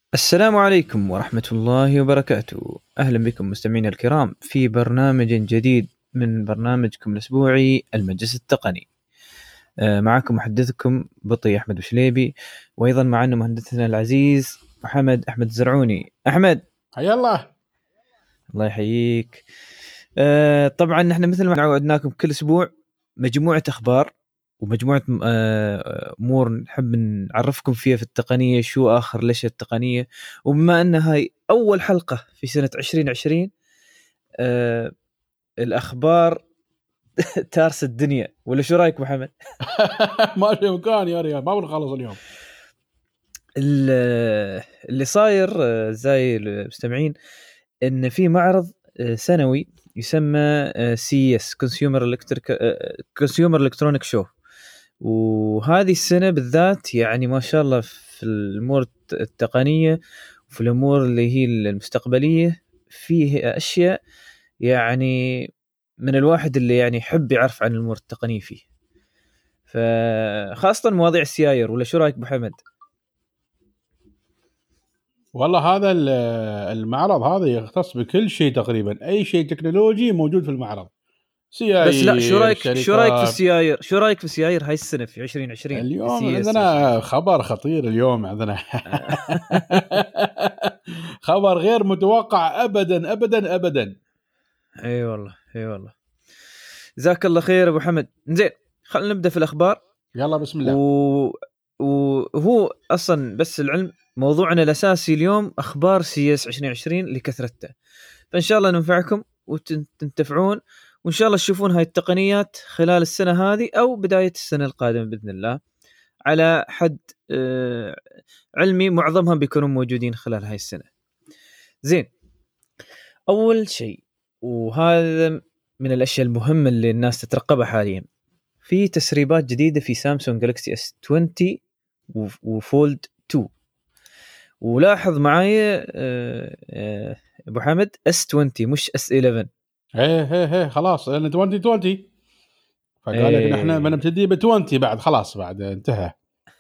السلام عليكم ورحمة الله وبركاته. أهلا بكم مستمعينا الكرام في برنامج جديد من برنامجكم الأسبوعي المجلس التقني. معكم محدثكم بطي أحمد بشليبي، وأيضا معنا مهندسنا العزيز محمد أحمد الزرعوني. أحمد حيا الله. الله يحييك. طبعا نحن مثل ما عودناكم كل أسبوع مجموعة أخبار ومجموعة أمور نحب نعرفكم فيها في التقنية، شو آخر ليش التقنية. وبما أن هاي أول حلقة في سنة 2020 الأخبار تارس الدنيا، ولا شو رأيك محمد؟ ما في مكان يا ريال، ما بنخلص اليوم. اللي صاير زي المستمعين إن في معرض سنوي يسمى CES Consumer Electronic Show، وهذه السنة بالذات يعني ما شاء الله في الأمور التقنية وفي الأمور اللي هي المستقبلية فيه أشياء يعني من الواحد اللي يعني يحب يعرف عن الأمور التقنية فيه، فخاصة مواضيع السياير. ولا شو رأيك محمد؟ والله هذا المعرض هذا يختص بكل شيء تقريبا، أي شيء تكنولوجي موجود في المعرض. بس لا، شو سيايير، رأيك في شركات. السياير؟ شو رأيك في السياير هاي السنة في 2020 في اليوم CES عندنا خبر خطير. اليوم عندنا خبر غير متوقع أبدا أبدا أبدا. اي والله اي والله. جزاك الله خير ابو حمد. زين، خلينا نبدا في الاخبار. يلا بسم الله. وهو اصلا بس العلم موضوعنا الاساسي اليوم اخبار CES 2020 لكثرته، فان شاء الله ننفعكم وتنتفعون، وان شاء الله تشوفون هاي التقنيات خلال السنه هذه او بدايه السنه القادمه باذن الله. على حد علمي معظمهم بيكونوا موجودين خلال هاي السنه. زين، اول شيء وهذا من الاشياء المهمه اللي الناس تترقبها حاليا، في تسريبات جديده في سامسونج جالكسي S20 وفولد 2. ولاحظ معايا ابو حمد S20 مش S11. هي خلاص لأن 2020 فقال لك نحن بنبتدي ب20 بعد، خلاص بعد انتهى.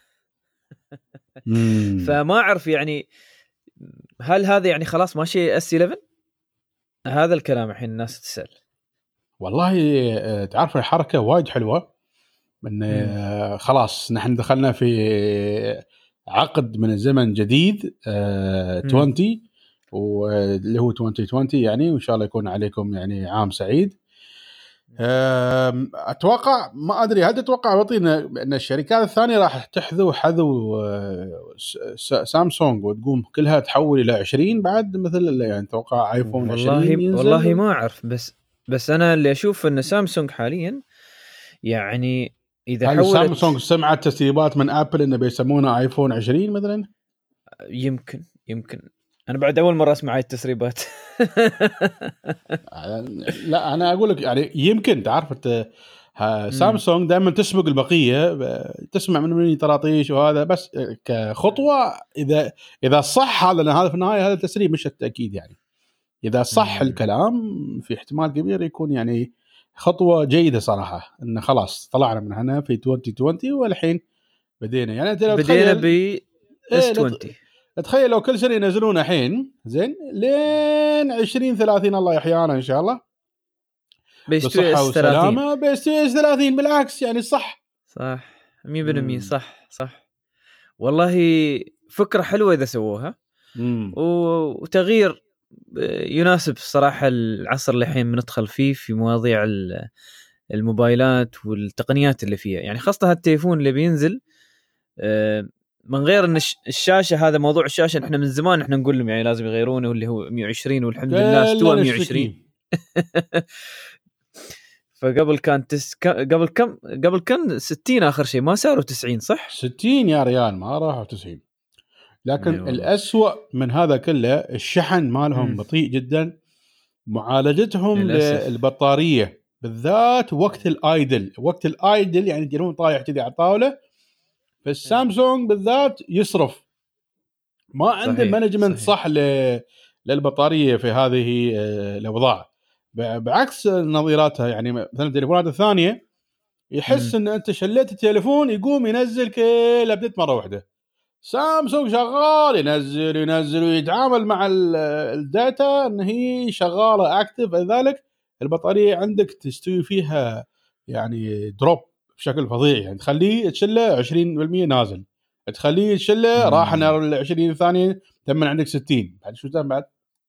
فما أعرف يعني هل هذا يعني خلاص ماشي S11؟ هذا الكلام الحين الناس تسأل. والله تعرف الحركة وايد حلوة، من خلاص نحن دخلنا في عقد من الزمن جديد 20 واللي هو 2020 يعني، وإن شاء الله يكون عليكم يعني عام سعيد. أتوقع، ما أدري هل تتوقع وطينا أن الشركات الثانية راح تحذو سامسونج وتقوم كلها تحول إلى 20 بعد، مثل يعني توقع آيفون 20 ينزل؟ والله ما أعرف، بس أنا اللي أشوف أن سامسونج حاليا يعني إذا هل حولت سامسونج سمعت تسريبات من أبل إنه بيسمونه آيفون 20 مثلا؟ يمكن أنا بعد أول مرة أسمع هاي التسريبات. لا أنا أقول لك يعني يمكن تعرف أنت سامسونج دائما تسبق البقية، تسمع من طراطيش وهذا، بس كخطوة إذا صح هذا، لأن هذا في النهاية هذا التسريب مش التأكيد يعني. إذا صح الكلام في احتمال كبير يكون يعني خطوة جيدة صراحة، إن خلاص طلعنا من هنا في 2020 والحين بدينا. يعني أنت لو بدينا ب S20. تخيل لو كل سنة ينزلون الحين زين لين 2030 الله يحيانا إن شاء الله بصحة وسلامة، بيستوي S30 بالعكس يعني صح 100%. صح والله فكرة حلوة إذا سووها، وتغيير يناسب صراحة العصر اللي الحين بندخل فيه في مواضيع الموبايلات والتقنيات اللي فيها، يعني خاصة التليفون اللي بينزل من غير ان الشاشة، هذا موضوع الشاشة احنا من زمان احنا نقول لهم يعني لازم يغيرونه، واللي هو 120 والحمد لله استوى 120. فقبل كان قبل كان 60 اخر شيء، ما صاروا 90 صح؟ 60 يا ريال، ما راحوا 90. لكن الأسوأ من هذا كله الشحن مالهم بطيء جدا، معالجتهم للبطارية بالذات وقت الايدل يعني يجرون طايح كذي على الطاولة. فالسامسونج بالذات يصرف، ما عنده مانجمنت صح للبطارية في هذه الأوضاع، بعكس نظيراتها. يعني مثلا التليفونات الثانية يحس ان انت شليت التليفون يقوم ينزل كل ابديت مره واحده، سامسونج شغال ينزل ويتعامل مع الداتا ان هي شغاله اكتف، لذلك البطاريه عندك تستوي فيها يعني دروب بشكل فظيع، يعني تخليه تشله 20% نازل، تخليه تشله راح ال 20 ثانيه تم عندك 60 بعد شو بعد.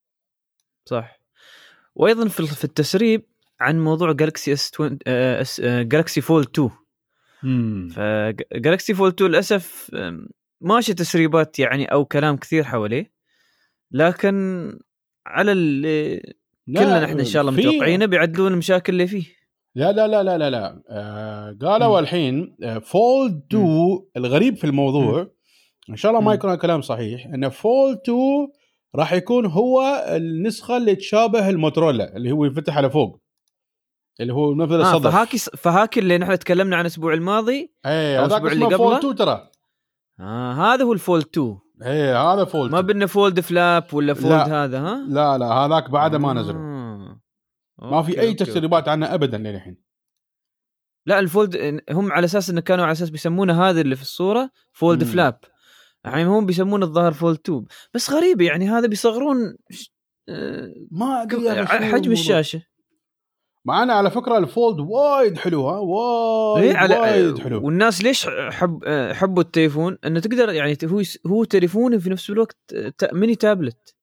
صح. وايضا في التسريب عن موضوع جالكسي جالكسي فولد 2. فجالكسي فولد 2 للاسف ماشي تسريبات يعني او كلام كثير حواليه، لكن على كلنا نحن ان شاء الله متوقعين بيعدلون المشاكل اللي فيه. لا لا لا لا لا, لا. قالوا الحين فولد 2 الغريب في الموضوع ان شاء الله ما يكون الكلام صحيح، ان فولد 2 راح يكون هو النسخه اللي تشابه الموتورولا اللي هو يفتح على فوق، اللي هو مثل الصدف. فهاكي اللي نحن تكلمنا عن الاسبوع الماضي او الاسبوع اللي قبله فولد 2 ترى. هذا هو الفولد 2. هذا فولد، ما بدنا فولد فلاب ولا فولد هذا. لا هذاك بعده ما نزلوا. ما في اي تسريبات عنه ابدا للحين. لا الفولد هم على اساس انه كانوا على اساس بيسمونه هذا اللي في الصوره فولد فلاب، يعني هم بيسمونه الظاهر فولد 2. بس غريبه يعني هذا بيصغرون ما ادري حجم الشاشه. معنا على فكره الفولد وايد حلو، وايد حلو. والناس ليش حبوا التليفون انه تقدر يعني هو تليفون في نفس الوقت ميني تابلت.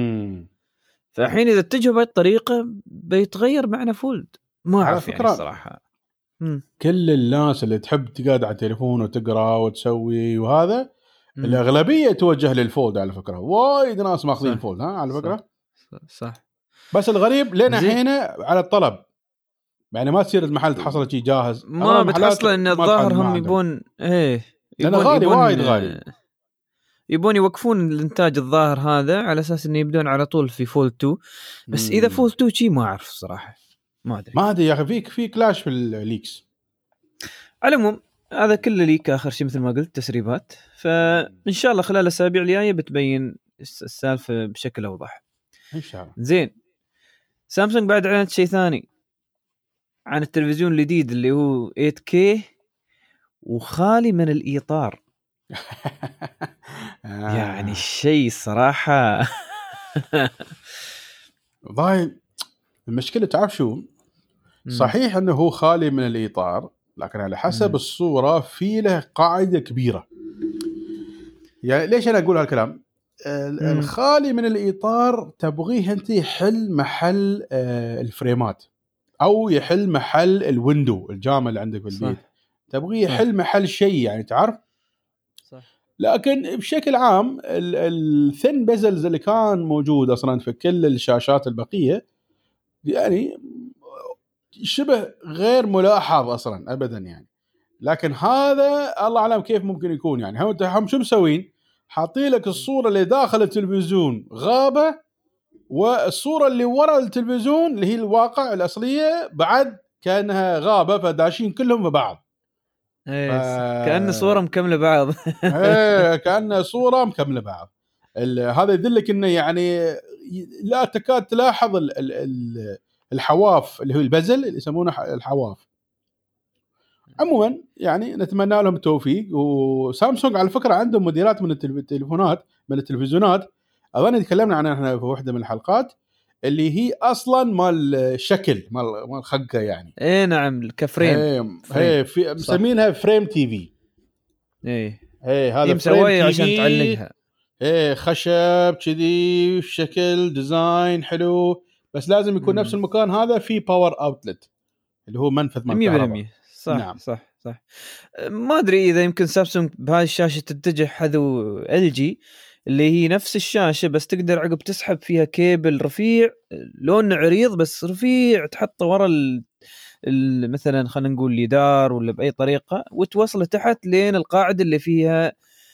فالحين اذا اتجهوا بهذه الطريقه بيتغير معنى فولد. ما اعرف يعني الصراحه. كل الناس اللي تحب تقعد على التليفون وتقرا وتسوي وهذا الاغلبيه توجه للفولد على فكره. وايد ناس ماخذين فولد على فكره. صح. بس الغريب لنا هنا على الطلب، يعني ما تصير المحل تحصل شيء جاهز، ما بتحصل ان الظاهر هم يبون لأنه غالي، وايد غالي، يبون يوقفون الانتاج الظاهر هذا على اساس انه يبدون على طول في فولد 2. بس اذا فولد 2 شيء ما اعرف الصراحه، ما ادري يا اخي في كلاش في الليكس. على العموم هذا كله ليك اخر شيء مثل ما قلت تسريبات، فان شاء الله خلال الاسابيع الجايه بتبين السالفه بشكل اوضح ان شاء الله. زين. سامسونج بعد اعلنت شيء ثاني عن التلفزيون الجديد اللي هو 8K وخالي من الاطار. يعني الشيء صراحه ضايل. المشكله تعرف شو؟ صحيح انه هو خالي من الاطار، لكن على حسب الصوره في له قاعده كبيره. يعني ليش انا اقول هالكلام؟ الخالي من الاطار تبغيه انت يحل محل الفريمات، او يحل محل الويندو الجامع اللي عندك في البيت، تبغيه يحل محل شيء يعني تعرف. صح. لكن بشكل عام الثين بيزلز اللي كان موجود اصلا في كل الشاشات البقيه يعني شبه غير ملاحظ اصلا ابدا يعني. لكن هذا الله اعلم كيف ممكن يكون. يعني هم شو مسوين؟ حاطين لك الصوره اللي داخل التلفزيون غابه، والصوره اللي ورا التلفزيون اللي هي الواقع الاصليه بعد كانها غابه، فداشين كلهم في بعض. كأن صورة مكملة بعض. كأن صورة مكملة بعض. هذا يدلك انه يعني لا تكاد تلاحظ الحواف اللي هو البزل اللي يسمونه الحواف. عموما يعني نتمنى لهم التوفيق. وسامسونج على فكرة عندهم موديلات من التلفزيونات اظن تكلمنا عنها احنا في واحدة من الحلقات، اللي هي اصلا مال شكل مال خقه يعني. نعم كفريم. في مسمينها فريم تي في. هذا مسويه عشان تعلقها. خشب كذي شكل ديزاين حلو، بس لازم يكون نفس المكان هذا في باور اوتلت اللي هو منفذ مال الكهرباء. صح. نعم. صح. ما ادري اذا يمكن سامسونج بهاي الشاشه تتجه حذو LG اللي هي نفس الشاشه بس تقدر عقب تسحب فيها كيبل رفيع لونه عريض بس رفيع تحطه ورا مثلا خلينا نقول ليدار ولا باي طريقه وتوصله تحت لين القاعده اللي فيها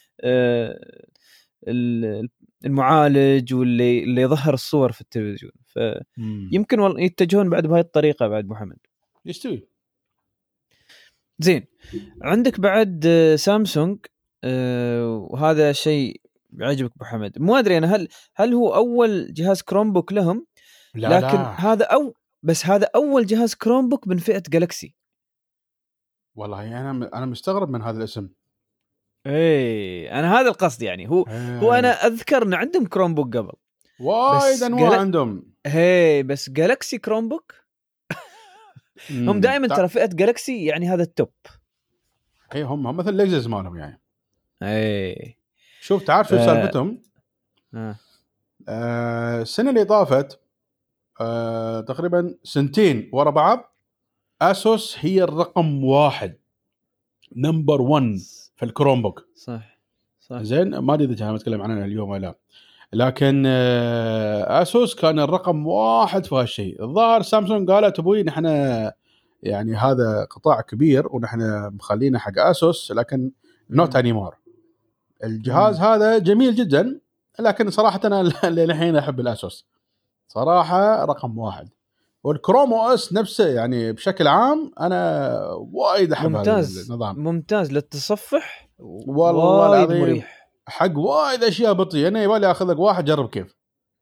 المعالج واللي يظهر الصور في التلفزيون. فيمكن يتجهون بعد بهاي الطريقه بعد محمد يستوي. زين. عندك بعد سامسونج وهذا شيء يعجبك ابو حمد. مو ادري انا هل هو اول جهاز كروم بوك لهم؟ لكن هذا هذا اول جهاز كروم بوك من فئه جالكسي. والله انا مستغرب من هذا الاسم. انا هذا القصد يعني. هو انا اذكر ان عندهم كروم بوك قبل وايد انواع عندهم. بس جالكسي كروم بوك هم دائما ترى فئه جالكسي يعني هذا التوب. هم مثل لكزس مالهم يعني. شوف تعرف شو سالفتهم؟ السنه اللي طافت تقريبا سنتين ورا بعض اسوس هي الرقم 1 نمبر 1 في الكروم بوك. صح زين ما ادري اذا نتكلم عنها اليوم ولا لا، لكن اسوس كان الرقم 1 في هالشيء. الظاهر سامسونج قالت ابوي نحن يعني هذا قطاع كبير ونحن مخلينه حق اسوس، لكن نوت انيمور. الجهاز هذا جميل جدا، لكن صراحه انا الحين احب الاسوس صراحه رقم 1. والكروم او اس نفسه يعني بشكل عام انا وايد احب هذا النظام. ممتاز للتصفح والله العظيم مريح حق وايد اشياء بطيئه. انا يبالي اخذ لك واحد جرب كيف.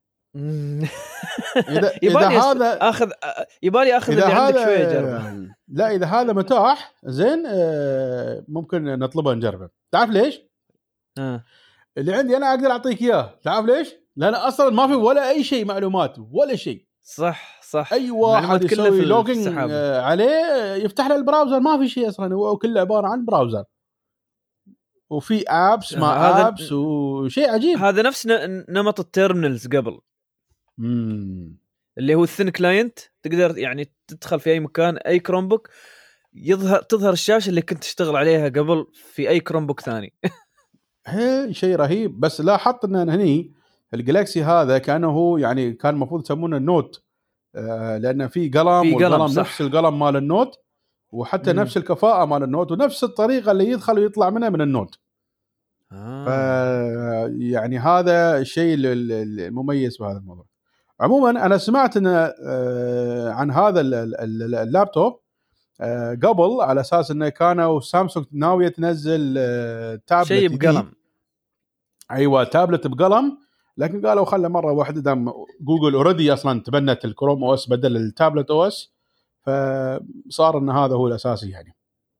اذا هذا يبالي اخذ اللي عندك شويه جربه. لا اذا هذا متاح زين ممكن نطلبه نجربه. تعرف ليش؟ اللي عندي انا اقدر اعطيك اياه. تعرف ليش؟ لان اصلا ما في ولا اي شيء معلومات ولا شيء. صح اي واحد يسوي لوجين عليه يفتح له البراوزر ما في شيء اصلا، هو كله عباره عن براوزر وفي ابس مع ابس وشيء عجيب. هذا نفس نمط التيرمينالز قبل اللي هو الثين كلاينت. تقدر يعني تدخل في اي مكان اي كروم بوك تظهر الشاشه اللي كنت تشتغل عليها قبل في اي كروم بوك ثاني. شيء رهيب. بس لاحظت ان هني الجلاكسي هذا كانه يعني كان المفروض يسمونه النوت لان في قلم والقلم نفس القلم مال النوت، وحتى نفس الكفاءه مال النوت ونفس الطريقه اللي يدخل ويطلع منها من النوت. يعني هذا الشيء المميز بهذا الموضوع. عموما انا سمعت ان عن هذا اللابتوب قبل على اساس انه كانوا سامسونج ناويه تنزل تابلت شيء بقلم. ايوه تابلت بقلم، لكن قالوا خلى مره واحده دام جوجل اوريدي اصلا تبنت الكروم او اس بدل التابلت او اس، فصار ان هذا هو الاساسي يعني.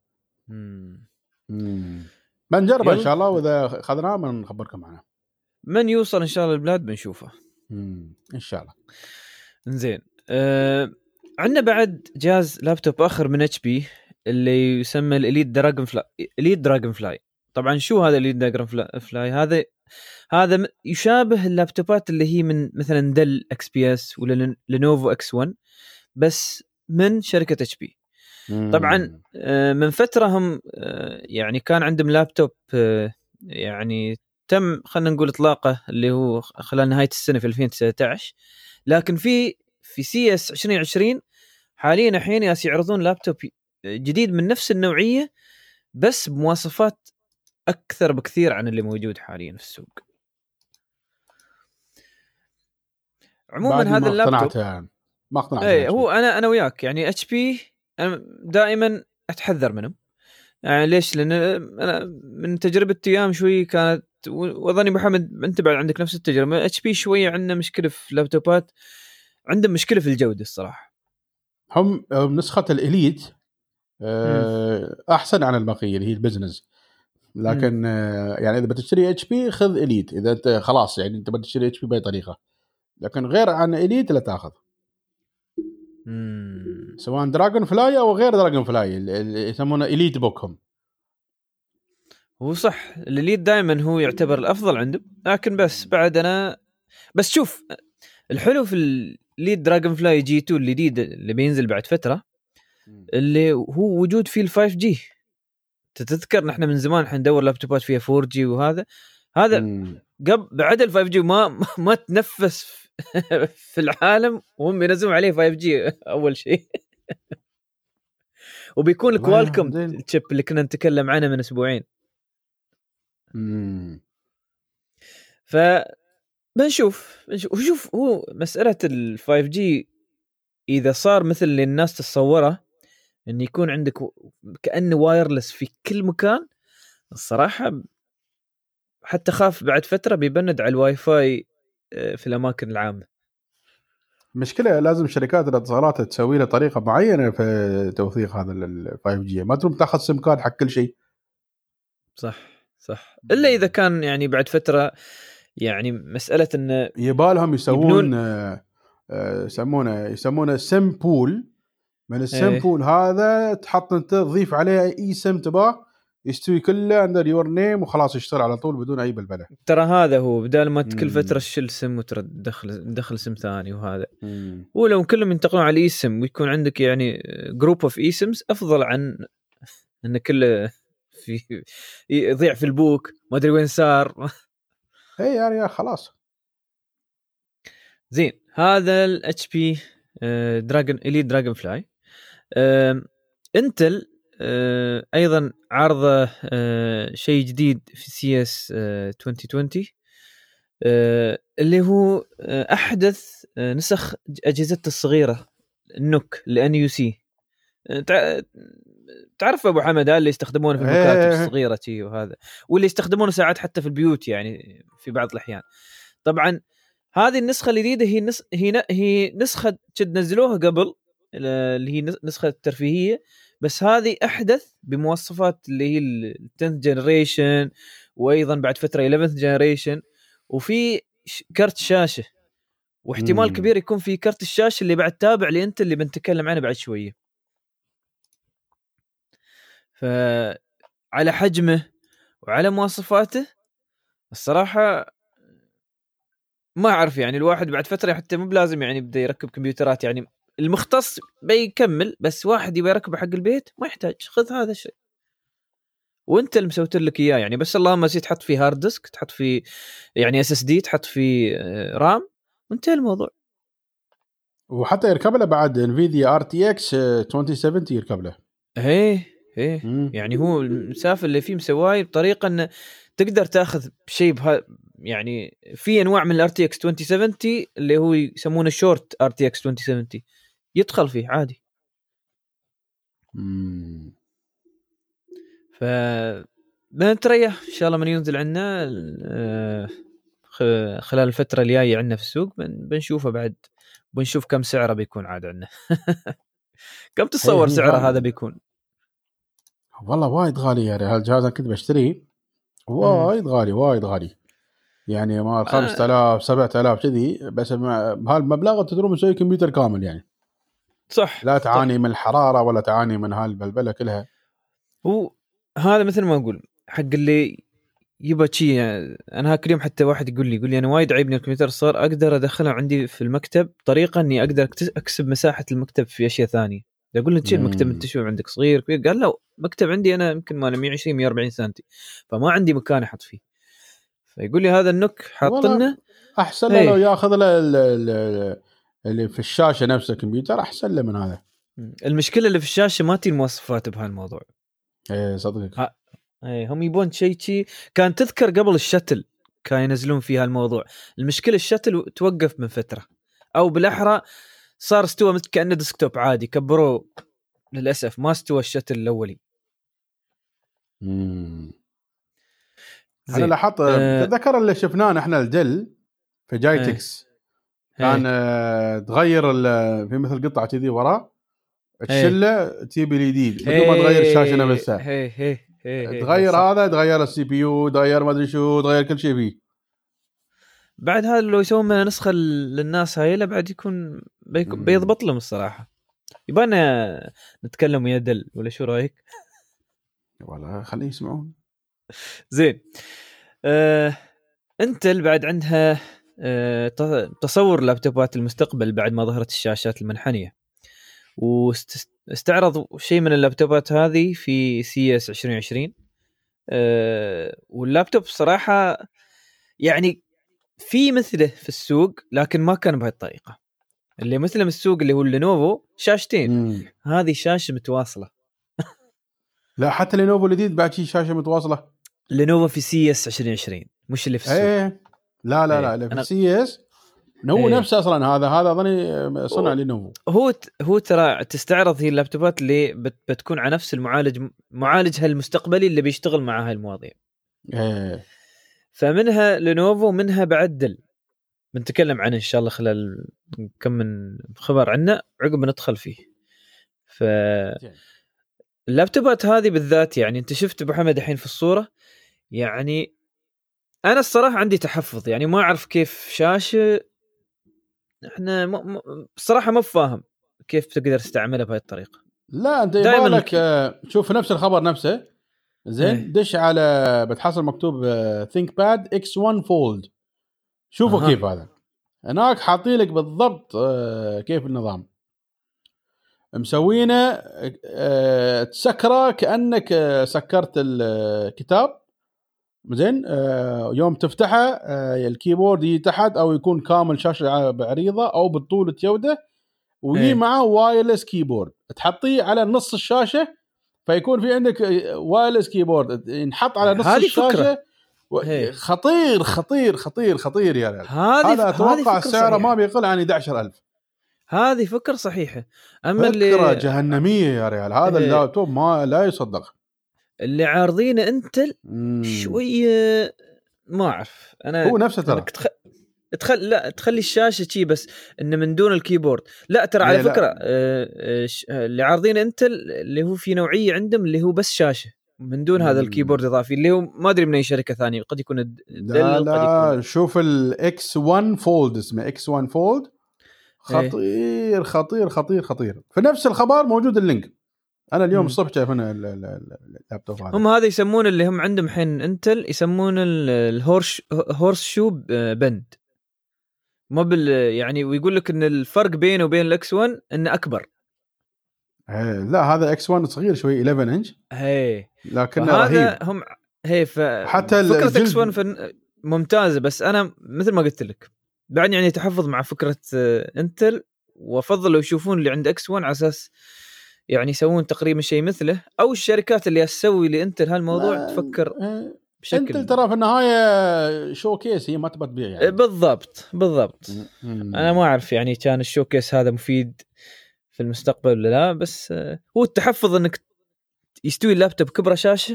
بنجربه ان شاء الله، واذا اخذناه بنخبركم عنه. من يوصل ان شاء الله البلاد بنشوفه ان شاء الله. زين عندنا بعد جهاز لابتوب اخر من اتش بي اللي يسمى الإليت دراجون فلاي. طبعا شو هذا الإليت دراجون فلاي؟ هذا يشابه اللابتوبات اللي هي من مثلا دل اكس بي اس ولا لينوفو اكس 1 بس من شركه اتش بي. طبعا من فتره هم يعني كان عندهم لابتوب يعني تم خلينا نقول اطلاقه اللي هو خلال نهايه السنه في 2019، لكن في سي اس 2020 حاليا الحين يعرضون لابتوب جديد من نفس النوعيه بس بمواصفات اكثر بكثير عن اللي موجود حاليا في السوق. عموما هذا اللابتوب ما اقتنعت. هو انا وياك يعني اتش بي انا دائما اتحذر منهم. يعني ليش؟ لان انا من تجربتي ايام شوي كانت، واظني محمد انت بعد عندك نفس التجربه، اتش بي شويه عندنا مشكله في اللابتوبات، عندهم مشكله في الجوده الصراحه. هم نسخه الإليت احسن عن البقيه اللي هي البزنس، لكن يعني اذا بتشتري اتش بي خذ إليت. اذا انت خلاص يعني انت بتشتري اتش بي باي طريقه، لكن غير عن إليت لا تاخذ. سواء دراجون فلاي او غير دراجون فلاي اللي يسمونه إليت بوكهم. هو صح الإليت دائما هو يعتبر الافضل عندهم، لكن بس بعد انا بس شوف الحلو في الإليت دراجون فلاي جي 2 الجديد اللي بينزل بعد فتره اللي هو وجود فيه ال 5G. تتذكر نحن من زمان حندور لابتوبات فيها 4G، وهذا قبل بعد ال 5G ما تنفس في العالم وهم ينزلون عليه 5G اول شيء. وبيكون كوالكوم الشيب اللي كنا نتكلم عنه من اسبوعين. ف بنشوف شوف هو مسألة ال 5G إذا صار مثل اللي الناس تتصوره إن يكون عندك كأنه وايرلس في كل مكان، الصراحة حتى خاف بعد فترة بيبند على الواي فاي في الأماكن العامة. مشكلة لازم شركات الاتصالات تسوي له طريقة معينة في توثيق هذا ال 5G، ما تروم تاخذ سم كارد حق كل شيء. صح صح. الا اذا كان يعني بعد فتره يعني مساله انه يبالهم يسوون يسمونه سم بول. من السم بول هذا تحط انت تضيف عليه اي سم تباه يستوي كله اندر يور نيم وخلاص يشتغل على طول بدون اي بلبله. ترى هذا هو بدال ما كل فتره تشيل سم وتدخل سم ثاني وهذا. ولو كلهم ينتقلون على اي سم ويكون عندك يعني جروب اوف اي سمز افضل عن ان كله في يضيع في البوك ما ادري وين صار. اي يا خلاص. زين هذا الاتش بي دراجون الي دراجون فلاي. انتل ايضا عارضه شيء جديد في سي اس 2020 اللي هو احدث نسخ اجهزته الصغيره النوك الان يو سي. تعرف ابو حمد اللي يستخدمونه في المكاتب الصغيره شيء وهذا واللي يستخدمونه ساعات حتى في البيوت يعني في بعض الاحيان. طبعا هذه النسخه الجديده هي نسخه نزلوها قبل اللي هي نسخه الترفيهيه بس هذه احدث بمواصفات اللي هي ال 10th جنريشن وايضا بعد فتره 11th جنريشن وفي كرت شاشه واحتمال كبير يكون في كرت الشاشه اللي بعد تابع لانت اللي بنتكلم عنه بعد شويه. فعلى حجمه وعلى مواصفاته الصراحه ما أعرف يعني الواحد بعد فترة حتى مو بلازم يعني بدأ يركب كمبيوترات يعني المختص بيكمل بس واحد يبي يركبه حق البيت ما يحتاج خذ هذا الشيء وانت اللي مسويت لك اياه يعني بس اللهم زيد تحط فيه هارد ديسك تحط فيه يعني اس اس دي تحط فيه رام وانتهى الموضوع. وحتى يركب له بعد انفيديا ار تي اكس 2070 يركب له. ايه يعني هو المسافه اللي فيه مسواي بطريقه انه تقدر تاخذ شيء يعني في انواع من الار تي اكس 2070 اللي هو يسمونه شورت ار تي اكس 2070 يدخل فيه عادي. ف بنتريح ان شاء الله من ينزل عنا خلال الفتره الجايه عندنا في السوق بنشوفه بعد بنشوف كم سعره بيكون عاد عندنا. كم تصور سعره هذا بيكون؟ والله وايد غالي يعني هالجهاز انا كنت بشتريه وايد غالي يعني ما 5000 7000 كذي بس بهالمبلغ تدرون مسوي كمبيوتر كامل يعني صح لا تعاني من الحراره ولا تعاني من هالبلبله كلها. هو هذا مثل ما اقول حق اللي يبغى شيء يعني انا هاك اليوم حتى واحد يقول لي انا وايد عيبني الكمبيوتر صار اقدر ادخله عندي في المكتب طريقه اني اقدر اكسب مساحه المكتب في اشياء ثانيه. اقول له تشيل مكتب انت شو عندك صغير كبير؟ قال لا مكتب عندي انا يمكن ما 120 140 سنتي فما عندي مكان احط فيه. فيقول لي هذا النوك حاطنه احسن له لو ياخذ له اللي في الشاشه نفسه كمبيوتر احسن له من هذا. المشكله اللي في الشاشه ما تي المواصفات بهالموضوع. ايه صدقك هم يبون شيء كان تذكر قبل الشتل كان ينزلون فيها الموضوع. المشكله الشتل توقف من فتره او بالاحرى صار استوى كأنه ديسكتوب عادي كبروه للاسف ما استوى الشتل الاولي. انا لاحظت تذكر اللي شفناه احنا الدل في جايتكس كان تغير في مثل قطعه كذي وراه تشله تجيب الجديد بدون ما تغير الشاشه نفسها. تغير هذا تغير السي بي يو تغير ما ادري شو تغير كل شيء فيه. بعد هذا لو يسوون نسخه للناس هاي لا بعد يكون بيضبط لهم الصراحه. يبانا نتكلم ويا دل ولا شو رايك؟ والله خليه يسمعون. زين انتل بعد عندها تصور لابتوبات المستقبل بعد ما ظهرت الشاشات المنحنيه واستعرض شيء من اللابتوبات هذه في سي اس 2020. واللابتوب صراحه يعني في مثله في السوق لكن ما كان بهالطريقه. اللي مثله من السوق اللي هو اللينوفو شاشتين هذه شاشه متواصله. لا حتى لينوفو الجديد بعد شيء شاشه متواصله. لينوفو في سي اس 2020 مش اللي في السوق. لا اللي في سي اس هو نفسه اصلا هذا اظني صنع لينوفو. هو ترى تستعرض هي اللابتوبات اللي بتكون على نفس معالجها المستقبلي اللي بيشتغل مع هاي المواضيع. فمنها لينوفو منها بعد دل بنتكلم عنه ان شاء الله خلال كم من خبر عنه عقب ندخل فيه. اللابتوبات هذه بالذات يعني انت شفت ابو حمد الحين في الصوره يعني انا الصراحه عندي تحفظ، يعني ما اعرف كيف شاشه احنا الصراحه ما فاهم كيف تقدر تستعملها بهذه الطريقه. لا انت يبالك شوف نفس الخبر نفسه زين، دش على بتحصل مكتوب ثينك باد X1 فولد، شوفوا كيف هذا هناك حاطين لك بالضبط كيف النظام مسوينه، تسكره كأنك سكرت الكتاب زين. يوم تفتحه الكيبورد يجي تحت او يكون كامل شاشة بعريضة او بالطول تيوده، ويجي معه وايرلس كيبورد تحطيه على نص الشاشة فيكون في عندك وايرلس كيبورد ينحط على نص الشاشة. خطير خطير خطير خطير يا رجال. هذا اتوقع سعره ما بيقل عن 11,000. هذه فكرة صحيحة. اما فكرة جهنمية يا رجال. هذا اللابتوب ما لا يصدق. اللي عارضينه انتل شوية ما اعرف انا، هو نفسه ترى لا تخلي الشاشة شي بس انه من دون الكيبورد. لا ترى على فكرة اللي عارضين انتل اللي هو في نوعية عندهم اللي هو بس شاشة من دون هذا الكيبورد اضافي، اللي هو ما ادري من اي شركة ثانية، قد يكون لا شوف X1 فولد، اسمه X1 فولد، خطير خطير خطير خطير. في نفس الخبر موجود اللينك، انا اليوم الصبح شايفنا اللابتوب هذا. هم هذا يسمون اللي هم عندهم حين انتل يسمون الهورس شو بند، ما يعني ويقول لك ان الفرق بينه وبين الاكس 1 انه اكبر. لا هذا اكس 1 صغير شوي 11 انش لكنه رهيب. هم حتى فكره اكس 1 ممتازه، بس انا مثل ما قلت لك بعد يعني تحفظ مع فكره انتل، وافضل لو يشوفون اللي عند اكس 1 على اساس يعني يسوون تقريبا شيء مثله، او الشركات اللي تسوي لانتل هالموضوع تفكر بشكل. انتل ترى في النهايه شوكيس، هي ما تبى تبيع يعني. بالضبط. انا ما اعرف يعني كان الشوكيس هذا مفيد في المستقبل ولا لا، بس هو التحفظ انك يستوي اللابتوب كبره شاشه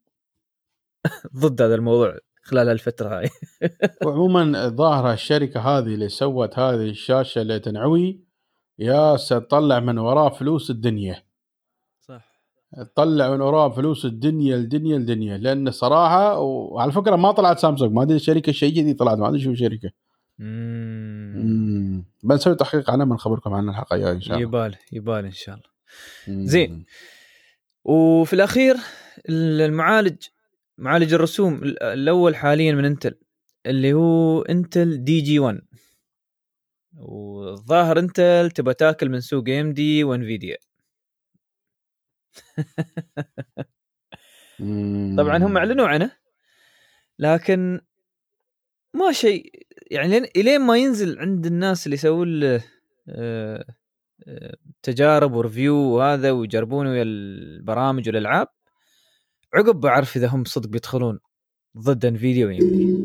ضد هذا الموضوع خلال الفتره هاي. وعموما ظاهره الشركه هذه اللي سوت هذه الشاشه اللي تنعوي يا ستطلع من وراء فلوس الدنيا. صح، تطلع من وراء فلوس الدنيا لان صراحه. وعلى فكره ما طلعت سامسونج، ما ادري الشركه شيء جديد طلعت، ما ادري شو الشركه. بنسوي تحقيق عنها بنخبركم عنها الحلقه الجايه ان شاء الله. يبال ان شاء الله. زين. وفي الاخير معالج الرسوم الاول حاليا من انتل اللي هو انتل دي جي 1، والظاهر انتل تبى تاكل من سوق ام دي وانفيديا. طبعا هم اعلنوا عنه لكن ما شيء يعني الين ما ينزل عند الناس اللي يسوون له تجارب وريفيو وهذا ويجربونه ويا البرامج والالعاب، عقب بعرف اذا هم صدق بيدخلون ضد انفيديا ويمدي.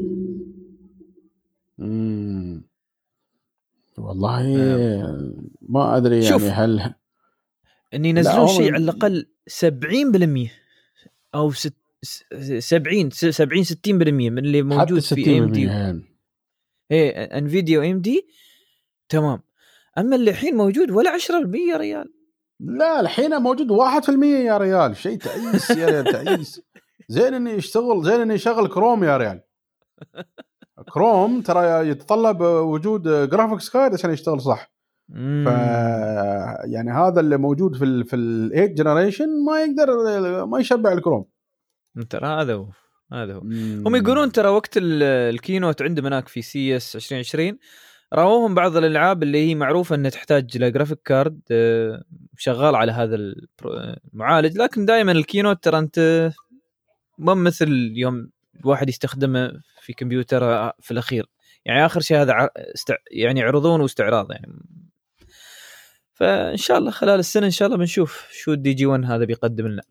والله ما ادري يعني هل اني ينزلون شيء على الاقل 70% او 70 60% من اللي موجود في ام دي. ايه انفيديا وام دي تمام، اما اللي الحين موجود ولا 10% يا ريال. لا الحين موجود 1% يا ريال، شيء تعيس يا ريال تعيس. زين اني يشغل كروم يا ريال. كروم ترى يتطلب وجود جرافيكس كارد عشان يشتغل صح. ف يعني هذا اللي موجود في ال8 جنريشن ما يقدر ما يشبع الكروم. ترى هذا هو هم يقولون ترى وقت الكينوت عندهم هناك في سي اس 2020 راوهم بعض الالعاب اللي هي معروفه انها تحتاج لجرافيك كارد شغال على هذا المعالج، لكن دائما الكينوت ترى انت ما مثل يوم الواحد يستخدمه في كمبيوتر في الاخير، يعني اخر شيء هذا يعني عرضون واستعراض يعني. فان شاء الله خلال السنه ان شاء الله بنشوف شو الدي جي 1 هذا بيقدم لنا.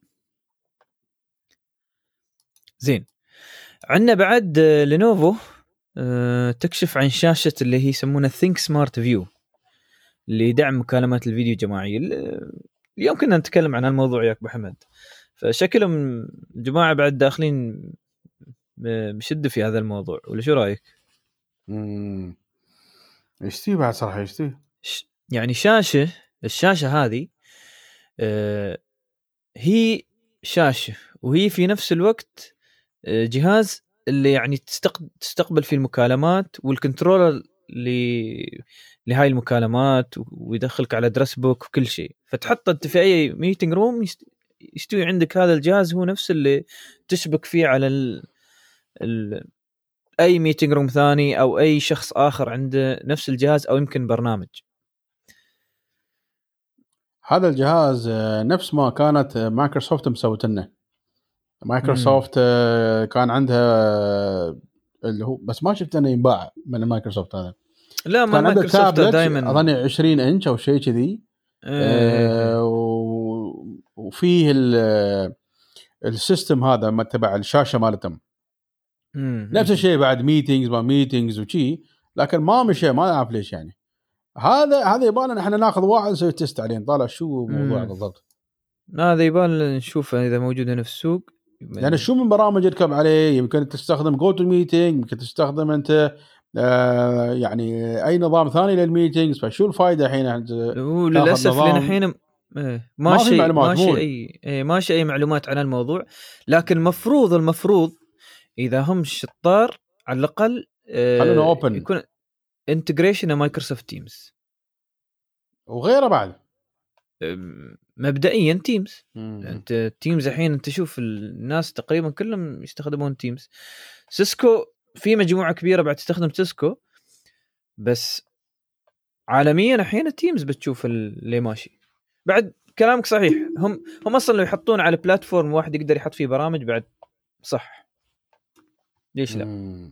زين. عندنا بعد لينوفو تكشف عن شاشة اللي هي يسمونها Think Smart View اللي يدعم مكالمات الفيديو الجماعية. اليوم كنا نتكلم عن الموضوع ياك بحمد، فشكلهم الجماعة بعد داخلين بشدة في هذا الموضوع، ولا شو رأيك؟ يشتي بعد صراحة يشتي يعني الشاشة هذه هي شاشة وهي في نفس الوقت جهاز اللي يعني تستقبل فيه المكالمات والكنترولر لهاي المكالمات ويدخلك على درس بوك وكل شيء. فتحط انت في اي ميتنج روم يستوي عندك هذا الجهاز، هو نفس اللي تشبك فيه على اي ميتنج روم ثاني او اي شخص اخر عنده نفس الجهاز او يمكن برنامج. هذا الجهاز نفس ما كانت مايكروسوفت مسوت لنا. مايكروسوفت كان عندها اللي هو، بس ما شفت انه ينباع من مايكروسوفت هذا. لا، ما كان عنده مايكروسوفت دائما اظن 20 انش او شيء كذي. وفيه السيستم هذا ما تبع الشاشه مالتهم نفس الشيء بعد ميتينجز وشي، لكن ما مشى، ما اعرف ليش يعني. هذا يبغى احنا ناخذ واحد نسوي تيست عليه نطالع شو الموضوع بالضبط. هذا يبغى نشوفه اذا موجود هنا في السوق، يعني شو من برامج يركب عليه. يمكن تستخدم جو تو ميتينج، يمكن تستخدم انت يعني اي نظام ثاني للميتينجز. فشو الفائده الحين؟ للاسف لنا الحين ماشي اي معلومات عن الموضوع. لكن المفروض اذا هم شطار على الاقل خلونا اوبن يكون انتجريشن مايكروسوفت تيمز وغيره بعد. مبدئيا تيمز. انت تيمز الحين انت شوف الناس تقريبا كلهم يستخدمون تيمز. سيسكو في مجموعه كبيره بعد تستخدم سيسكو، بس عالميا الحين تيمز بتشوف اللي ماشي. بعد كلامك صحيح، هم اصلا لو يحطون على بلاتفورم واحد يقدر يحط فيه برامج بعد صح، ليش لا؟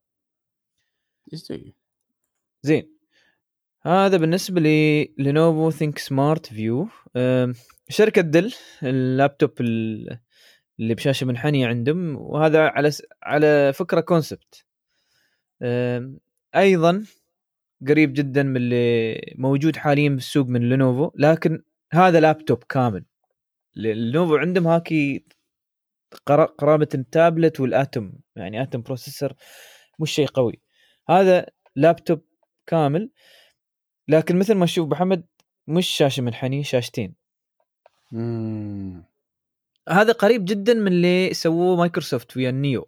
زين. هذا بالنسبه للينوفو ثينك سمارت فيو. شركه دل اللابتوب اللي بشاشه منحنيه عندهم، وهذا على فكره كونسبت ايضا قريب جدا من اللي موجود حاليا بالسوق من لينوفو، لكن هذا لابتوب كامل. لينوفو عندهم هاكي قرابه التابلت والاتوم، يعني اتوم بروسيسور مش شيء قوي. هذا لابتوب كامل، لكن مثل ما تشوف محمد مش شاشه منحنيه، شاشتين. هذا قريب جدا من اللي سووه مايكروسوفت ويا النيو.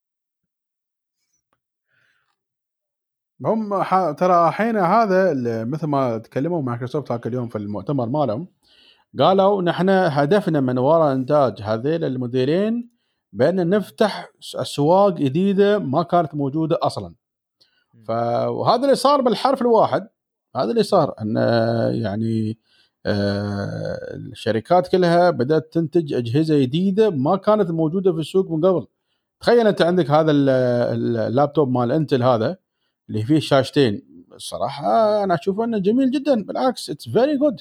هم ترى الحين هذا مثل ما تكلموا مايكروسوفت هاك اليوم في المؤتمر مالهم، قالوا نحن هدفنا من وراء انتاج هذيل الموديلين بان نفتح اسواق جديده ما كانت موجوده اصلا. وهذا اللي صار بالحرف الواحد. هذا اللي صار ان يعني الشركات كلها بدات تنتج اجهزه جديده ما كانت موجوده في السوق من قبل. تخيل انت عندك هذا اللابتوب مال انتل هذا اللي فيه شاشتين. الصراحه انا اشوف انه جميل جدا، بالعكس اتس فيري جود.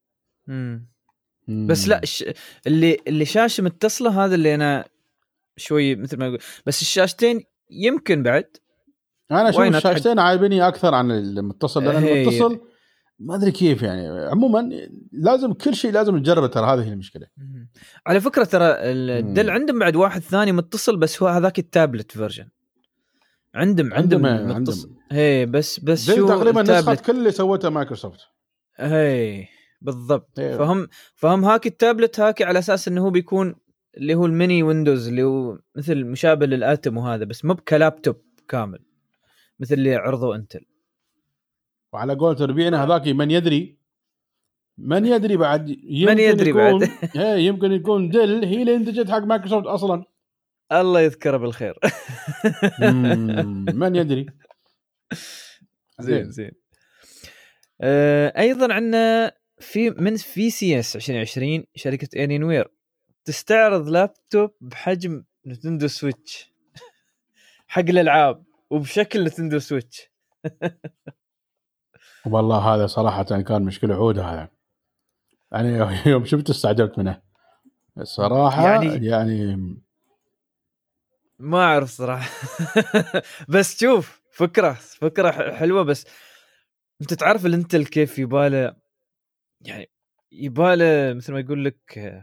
بس لا اللي شاشه متصله هذا اللي انا شوي مثل ما اقول، بس الشاشتين يمكن بعد انا اشوف الشاشتين عايبني اكثر عن المتصل، لان المتصل ما ادري كيف يعني. عموما لازم كل شيء لازم نجربه، ترى هذه هي المشكله. على فكره ترى الدل عندهم بعد واحد ثاني متصل، بس هو هذاك التابلت فيرجن عندهم متصل. هي بس شو تقريبا نسخه كل اللي سوته مايكروسوفت. هي بالضبط. فهم هاك التابلت هاكي على اساس انه هو بيكون اللي هو الميني ويندوز اللي هو مثل مشابه للاتم وهذا، بس مو كلابتوب كامل مثل اللي عرضوا انتل. وعلى قولة ربيعنا هذاك من يدري بعد يمكن يكون دل هي اللي انتجت حق مايكروسوفت اصلا. الله يذكره بالخير. من يدري. زين. ايضا عندنا في سي اس 2020 شركه انينوير تستعرض لابتوب بحجم نتندو سويتش حق الالعاب وبشكل نتندو سويتش. والله هذا صراحه كان مشكله عود هذا. يعني يوم شفت استعجبت منه الصراحه. يعني ما اعرف صراحه. بس شوف فكره حلوه، بس انت تعرف الانتل كيف يباله، يعني يباله مثل ما يقول لك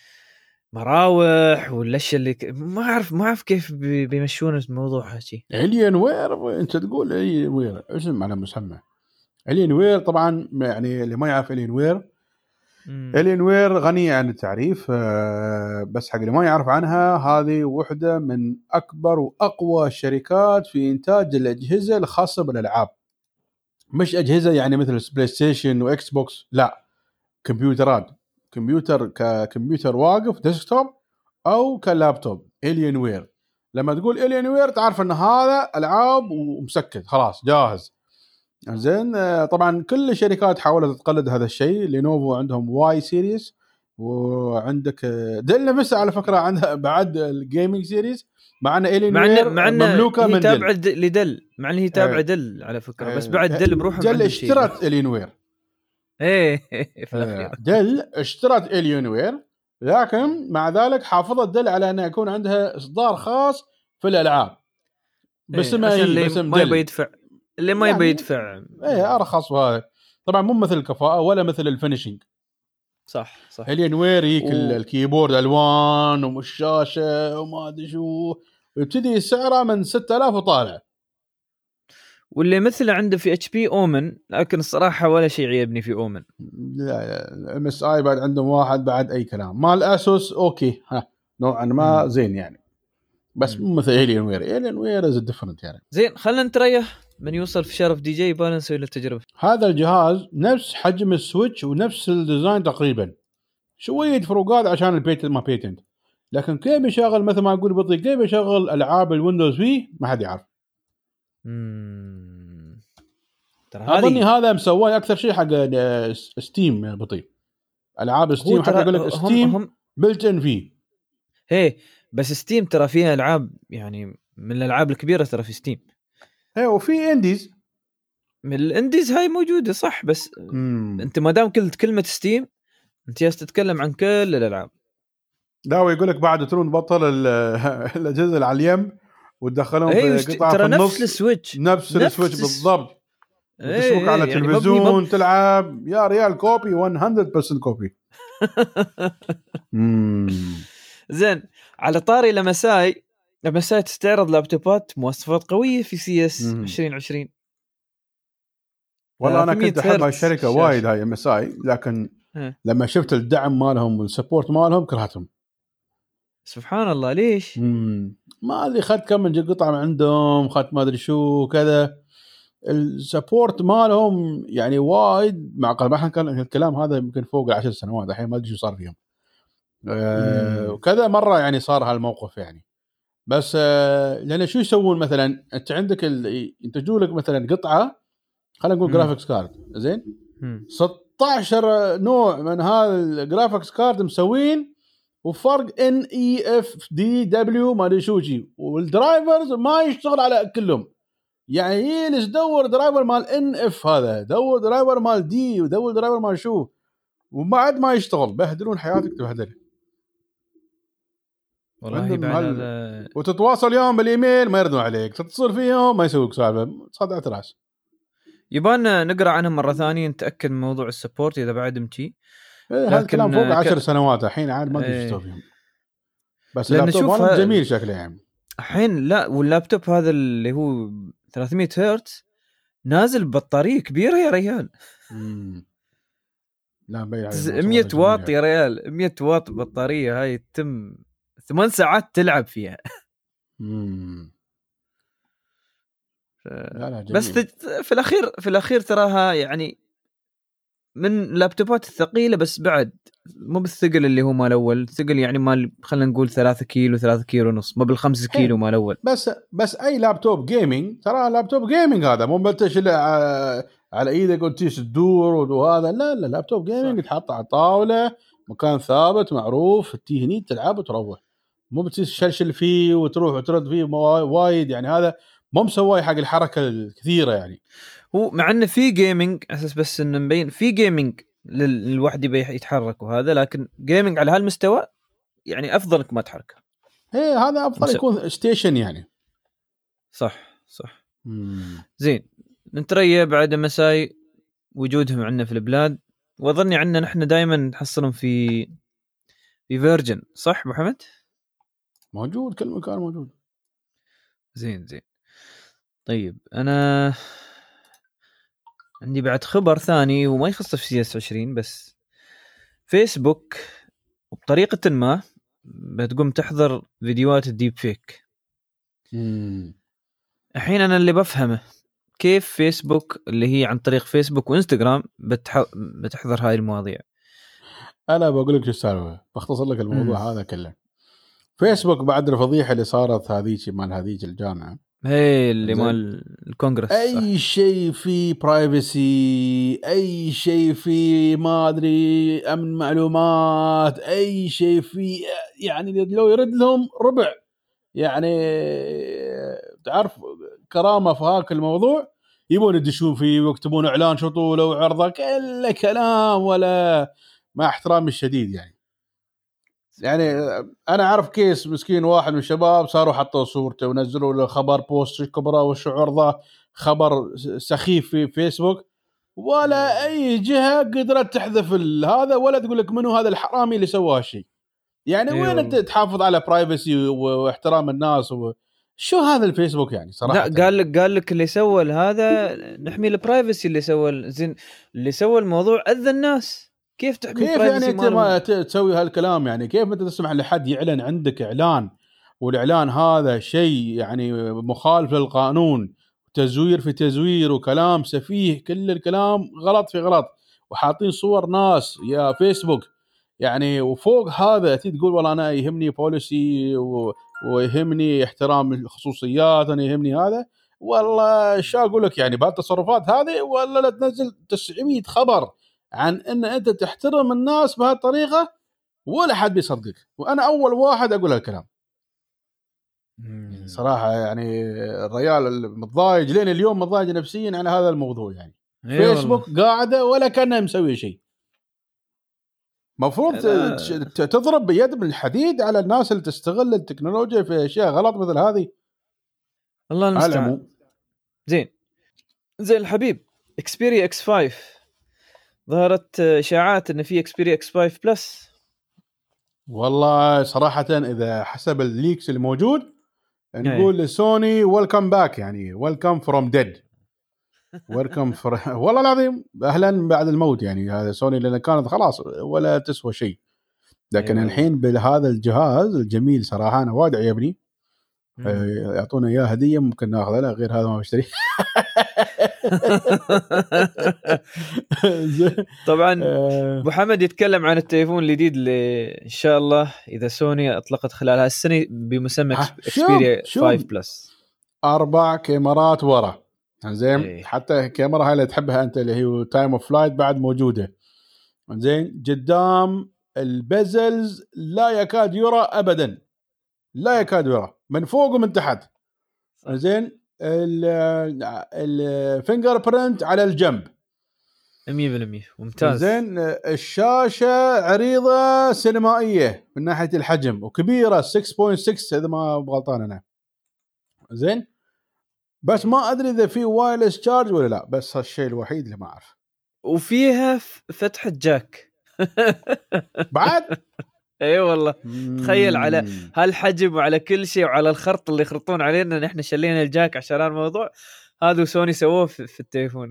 مراوح والاشياء اللي ما اعرف كيف بيمشون الموضوع هالشيء. الين وير انت تقول الين وير اسم على مسمى. الين وير طبعا، يعني اللي ما يعرف الين وير الين وير غنية عن التعريف، بس حق اللي ما يعرف عنها، هذه وحدة من أكبر وأقوى الشركات في إنتاج الأجهزة الخاصة بالألعاب. مش أجهزة يعني مثل بلاي ستيشن وإكس بوكس، لا، كمبيوترات، كمبيوتر ككمبيوتر واقف ديسكتوب أو كلابتوب. الين وير لما تقول الين وير تعرف أن هذا ألعاب ومسكت خلاص جاهز. زين، طبعا كل الشركات حاولت تقلد هذا الشيء. لينوفو عندهم واي سيريز، وعندك ديل نفسها على فكره عندها بعد الجيمنج سيريز، مع ان الين وير مملوكه من تابعه لدل، مع ان هي تابعه دل على فكره، بس بعد دل بروحهم دل اشترت الين وير. ايه في الاخير دل اشترت الين وير، لكن مع ذلك حافظت دل على ان يكون عندها اصدار خاص في الالعاب باسمها هي، باسم ما يبي يدفع اللي ما يبي يدفع. ايه ارخص. وهذا طبعا مو مثل الكفاءه ولا مثل الفينيشنج. صح الين وير يجيك الكيبورد الوان والشاشه وما ادري شو، ويبتدي سعره من 6000 وطالع. واللي مثله عنده في اتش بي اومن، لكن الصراحه ولا شيء عيبني في اومن. لا ام اس اي بعد عندهم واحد بعد اي كلام. مال اسوس اوكي ها نوعا ما زين يعني، بس مو مثل الين وير. الين وير از ديفرنت يعني. زين، خلينا نتريح من يوصل في شرف دي جي، يبغى نسوي له التجربه. هذا الجهاز نفس حجم السويتش ونفس الديزاين تقريبا، شويه فروقات عشان البيتنت ما بيتنت، لكن كيف يشغل مثل ما اقول بطيء، كيف يشغل العاب الويندوز فيه ما حد يعرف. اظني هذا مسواه اكثر شيء حق ستيم بطيء. العاب ستيم حتى يقول لك ستيم بلت ان فيه. هي بس ستيم ترى فيها العاب يعني من الالعاب الكبيره ترى في ستيم. ايه وفي انديز، من الانديز هاي موجوده صح، بس انت ما دام قلت كلمه ستيم انت تتكلم عن كل الالعاب. لا ويقول لك بعد ترون بطل الاجهزه اللي على اليم وتدخلهم في قطعه في النص، نفس السويتش بالضبط. وتشوك على يعني التلفزيون تلعب يا ريال كوبي 100% كوبي. زين، على طاري لمساي تستعرض لابتوبات مواصفات قويه في سي اس 2020. والله انا كنت احب هالشركه وايد هاي ام اس اي، لكن لما شفت الدعم مالهم والسبورت مالهم كرهتهم. سبحان الله ليش؟ ما ادري، اخذت كم من قطعه من عندهم، اخذت ما ادري شو كذا. السبورت مالهم يعني وايد معقد. ما كان الكلام هذا يمكن فوق 10 سنوات الحين، ما ادري شو صار فيهم. وكذا مره يعني صار هالموقف يعني. بس لان شو يسوون مثلا، انت عندك ينتجوا لك مثلا قطعه، خلينا نقول جرافيكس كارد زين، 16 نوع من هذا الجرافيكس كارد مسوين، وفرق ان اي اف دي دبليو ما ادري شو شيء، والدرايفرز ما يشتغل على كلهم. يعني يجلس دور درايفر مال ان اف هذا، دور درايفر مال دي، ودور درايفر مال شو، وبعد ما يشتغل. بهدلون حياتك تبهدل والله. وتتواصل يوم بالايميل ما يردون عليك، تتصل فيهم ما يسويك سالفه، صدعت راس. يبان نقرا عنهم مره ثانيه نتاكد من موضوع السبورت اذا بعد مشي. هذا الكلام فوق 10 سنوات الحين عاد ما ادري ايش يسوي فيهم. بس اللابتوب ماله جميل شكله يعني الحين. لا واللابتوب هذا اللي هو 300 هرتز نازل بطاريه كبيره يا ريال. لا 100 واط يا ريال، 100 واط بطاريه هاي تتم 8 ساعات تلعب فيها. لا بس في الاخير تراها يعني من اللابتوبات الثقيله، بس بعد مو بالثقل اللي هو مال الاول. ثقل يعني مال خلينا نقول 3 كيلو 3 كيلو ونص، ما بال5 كيلو مال الاول. بس اي لابتوب جيمنج ترى لابتوب جيمنج هذا مو بتشيل على ايدك وتيش تدور وهذا. لا لابتوب جيمنج تحط على طاوله مكان ثابت معروف، تي هني تلعب وتروح، مو بتشلشل فيه وتروح وترد فيه وايد. يعني هذا مو مسوي حق الحركه الكثيره يعني. هو مع انه في جيمنج اساس، بس انه مبين في جيمنج للواحد يبي يتحرك وهذا، لكن جيمنج على هالمستوى يعني افضل انك ما تحرك. هذا افضل يكون ستيشن يعني. صح زين، نتريا بعد مساي وجودهم عندنا في البلاد، واظني عندنا نحن دائما نحصلهم في فيرجن. صح محمد؟ موجود كل مكان موجود. زين طيب، انا عندي بعد خبر ثاني وما يخص في CS 20، بس فيسبوك بطريقة ما بتقوم تحضر فيديوهات الديب فيك. الحين أنا اللي بفهمه كيف فيسبوك اللي هي عن طريق فيسبوك وإنستغرام بتحضر هاي المواضيع. أنا بقول لك شو السالفة، بختصر لك الموضوع هذا كله. فيسبوك بعد الفضيحة اللي صارت هذيك مال هذيك الجامعة، هي اللي مال الكونغرس، أي شيء في برايفسي، أي شيء في ما أدري أمن معلومات، أي شيء في يعني لو يرد لهم ربع يعني تعرف كرامة في هاك الموضوع يبون يدشون فيه ويكتبون إعلان شطولة وعرضك إلا كلام ولا مع احترامي الشديد. يعني أنا أعرف كيس مسكين واحد من الشباب صاروا حطوا صورته ونزلوا له خبر بوست كبرى والشعور ذا خبر سخيف في فيسبوك، ولا أي جهة قدرت تحذف هذا ولا تقول لك منو هذا الحرامي اللي سوى هالشيء. يعني وين أنت تحافظ على برايفسي واحترام الناس شو هذا الفيسبوك يعني صراحة؟ لا قال لك اللي سوى هذا نحمي البرايفسي، اللي سوى زين اللي سوى الموضوع أذى الناس. كيف تحمي كيف يعني انت ما تسوي هالكلام؟ يعني كيف انت تسمح لحد يعلن عندك اعلان والاعلان هذا شيء يعني مخالف للقانون، تزوير في تزوير وكلام سفيه، كل الكلام غلط في غلط، وحاطين صور ناس يا فيسبوك يعني. وفوق هذا تقول والله انا يهمني بوليسي ويهمني احترام الخصوصيات، انا يهمني هذا. والله شو اقول لك يعني بهالتصرفات هذه، ولا لا تنزل 900 خبر عن ان انت تحترم الناس بهالطريقه ولا حد بيصدقك. وانا اول واحد اقول هالكلام صراحه. يعني الرجال متضايق لين اليوم، متضايق نفسيا على هذا الموضوع. يعني فيسبوك قاعده ولا كانها مسوي شيء. مفروض تضرب بيد من الحديد على الناس اللي تستغل التكنولوجيا في اشياء غلط مثل هذه. الله المستعان. زين الحبيب، اكسبيريا اكس 5 ظهرت اشاعات ان في اكسبيريا اكس 5 بلس. والله صراحه اذا حسب الليكس الموجود نقول لسوني ويلكم باك، يعني ويلكم فروم ديد، ويلكم والله العظيم اهلا بعد الموت. يعني هذا سوني لان كانت خلاص ولا تسوى شيء، لكن الحين بهذا الجهاز الجميل صراحه انا وايد عجبني. يعطونا اياه هديه ممكن ناخذه، لا غير هذا ما بشتري. طبعا ابو حمد يتكلم عن التليفون الجديد اللي ان شاء الله اذا سوني اطلقت خلال هالسنه بمسمى اكسبيريا 5 بلس. 4 كاميرات ورا، زين. حتى الكاميرا هاي اللي تحبها انت اللي هي تايم اوف فلايت بعد موجوده، زين. قدام البزلز لا يكاد يرى ابدا، لا يكاد يرى من فوق ومن تحت، زين. الفينجر برنت على الجنب 100% ممتاز، زين. الشاشه عريضه سينمائيه من ناحيه الحجم وكبيره 6.6 اذا ما بغلطان انا، زين. بس ما ادري اذا في وايرلس تشارج ولا لا، بس هالشيء الوحيد اللي ما اعرف. وفيها فتحه جاك بعد. اي والله تخيل على هالحجم وعلى كل شيء وعلى الخرط اللي يخرطون علينا نحن شلينا الجاك عشان الموضوع هذا سوني سووه في التليفون.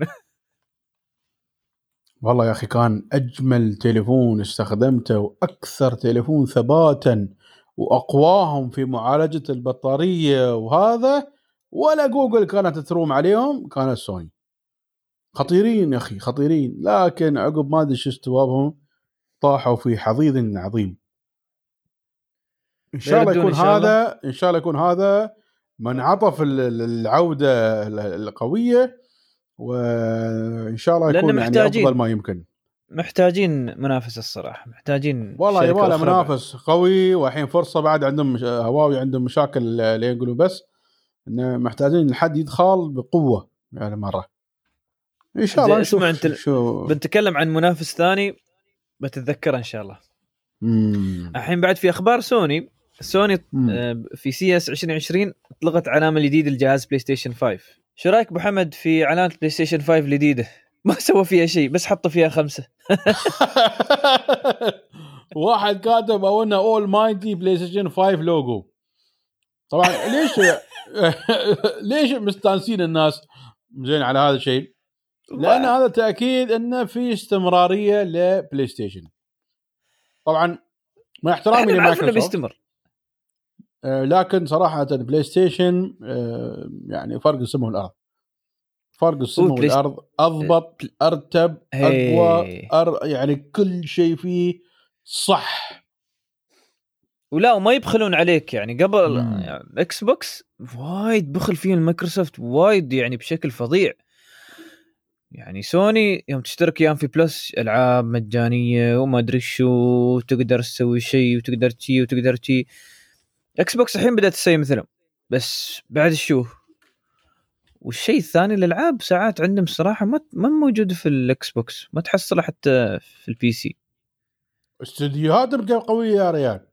والله يا اخي كان اجمل تليفون استخدمته واكثر تليفون ثباتا واقواهم في معالجه البطاريه وهذا، ولا جوجل كانت تروم عليهم، كانت سوني. خطيرين يا اخي خطيرين، لكن عقب ما ادري شو استوابهم طاحوا في حضيض عظيم. ان شاء الله يكون هذا، ان شاء الله يكون هذا منعطف العوده القويه، وان شاء الله يكون يعني افضل ما يمكن. محتاجين منافسه الصراحه، محتاجين والله يبغى منافس قوي. والحين فرصه بعد عندهم هواوي عندهم مشاكل اللي يقولوا، بس انه محتاجين الحد يدخل بقوه يعني مره. ان شاء الله نشوف. شو بنتكلم عن منافس ثاني بتتذكره ان شاء الله. الحين بعد في اخبار سوني في CS 2020 اطلقت علامه جديده لجهاز بلاي ستيشن 5. شو رايك ابو حمد في علامه بلاي ستيشن 5 الجديده؟ ما سوى فيها شيء بس حطوا فيها 5. واحد كاتب او انه اول مايتي بلاي ستيشن 5 لوجو. طبعا ليش مستانسين الناس زين على هذا الشيء؟ لان هذا تاكيد انه في استمراريه لبلاي ستيشن. طبعا مع احترامي لمايكروسوفت بيستمر، لكن صراحه بلاي ستيشن يعني فرق السماء والارض، فرق السماء والارض، اضبط، ارتب، اقوى، يعني كل شيء فيه صح. ولا وما يبخلون عليك يعني قبل يعني اكس بوكس وايد بخل فيه المايكروسوفت وايد يعني بشكل فظيع. يعني سوني يوم تشترك يوم في بلس العاب مجانيه وما ادري شو، تقدر تسوي شيء وتقدر تي وتقدر تي. اكس بوكس الحين بدات تسوي مثلهم بس بعد شو. والشيء الثاني الالعاب ساعات عندهم صراحه ما موجوده في الاكس بوكس، ما تحصلها حتى في البي سي. استديوهاتهم قويه يا ريال.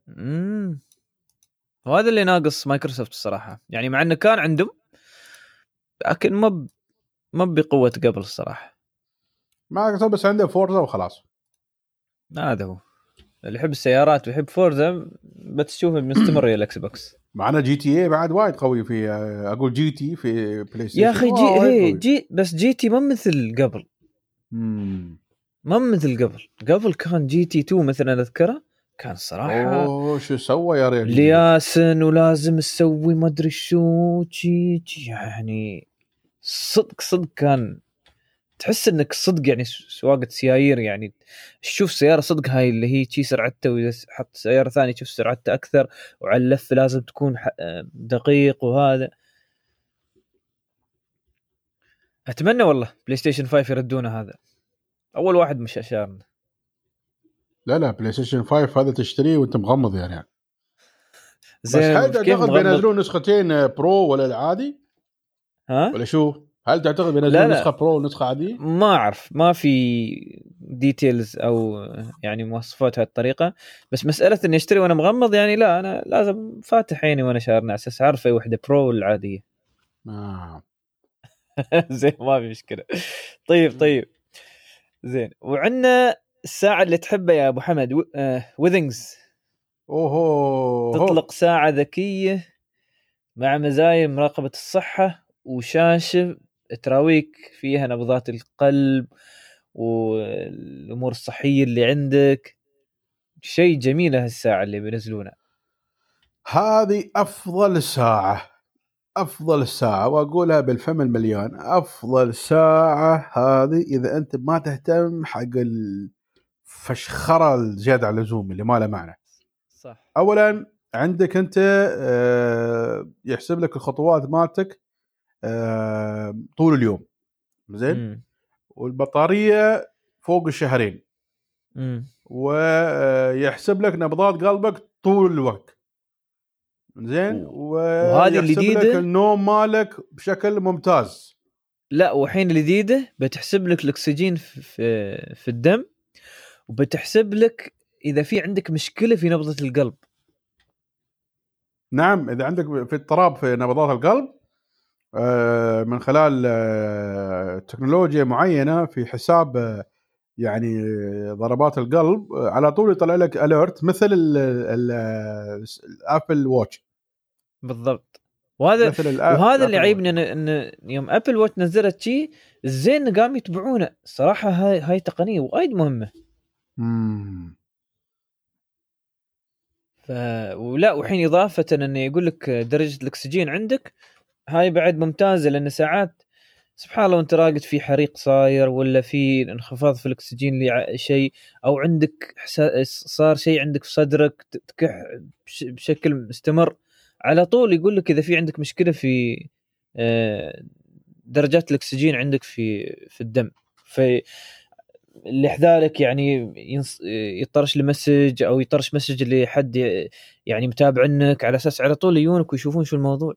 وهذا اللي ناقص مايكروسوفت الصراحه، يعني مع انه كان عندهم لكن ما بقوه قبل الصراحه. مايكروسوفت بس عنده فورزا وخلاص. هذا هو اللي يحب السيارات ويحب فورزا بتشوفه مستمر يا الاكس بوكس. معنا جي تي اي بعد وايد قوي في اقول جي تي في بلاي ستيشن يا اخي بس جي تي ما مثل قبل. ما مثل قبل كان جي تي 2 مثلا اذكره كان صراحه شو سوى يا ريال لياسن ولازم تسوي ما ادري شو جي يعني صدق كان تحس انك صدق يعني سواقه سيايير، يعني تشوف سياره صدق هاي اللي هي شي سرعتها، واذا حط سياره ثانيه تشوف سرعتها اكثر، وعلى اللف لازم تكون دقيق. وهذا اتمنى والله بلاي ستيشن 5 يردونه، هذا اول واحد مش اشارنا. لا بلاي ستيشن 5 هذا تشتريه وانت مغمض يعني. بس هل تعتقد بينزلون نسختين برو ولا العادي؟ ولا شو؟ هل تعتقد بينزلون نسخه برو ونسخه عاديه؟ ما اعرف، ما في ديتيلز او يعني مواصفات هالطريقه، بس مساله اني اشتري وانا مغمض يعني لا، انا لازم فاتح عيني وانا شارنا على اساس اعرف اي وحده برو والعاديه. زين ما في مشكله. طيب زين. وعندنا الساعه اللي تحبها يا ابو حمد، ويذنجز. تطلق ساعه ذكيه مع مزايا مراقبه الصحه وشاشه تراويك فيها نبضات القلب والامور الصحيه اللي عندك. شيء جميله هالساعه اللي بينزلونها. هذه افضل ساعه واقولها بالفم المليان، افضل ساعه هذه اذا انت ما تهتم حق الفشخره الزياده عن اللزوم اللي ما له معنى. صح. اولا عندك انت يحسب لك الخطوات مالتك طول اليوم زين، والبطاريه فوق الشهرين، ويحسب لك نبضات قلبك طول الوقت زين، وهذه الجديده لك النوم مالك بشكل ممتاز. لا وحين الجديده بتحسب لك الاكسجين في الدم، وبتحسب لك اذا في عندك مشكله في نبضه القلب. نعم، اذا عندك في اضطراب في نبضات القلب من خلال تكنولوجيا معينه في حساب يعني ضربات القلب، على طول يطلع لك اليرت مثل الابل واتش بالضبط. وهذا اللي عيبني ان يوم ابل واتش نزلت شيء زين قام يتبعونه صراحه. هاي تقنيه وايد مهمه. ولا وحين اضافه انه يقول لك درجه الاكسجين عندك، هاي بعد ممتازه، لان ساعات سبحان الله وانت راقد في حريق صاير ولا في انخفاض في الاكسجين شيء، او عندك صار شيء عندك في صدرك تكح بشكل مستمر، على طول يقول لك اذا في عندك مشكله في درجات الاكسجين عندك في الدم. لذلك يعني يطرش لمسج او يطرش مسج لحد يعني متابع عنك، على اساس على طول يجونك ويشوفون شو الموضوع.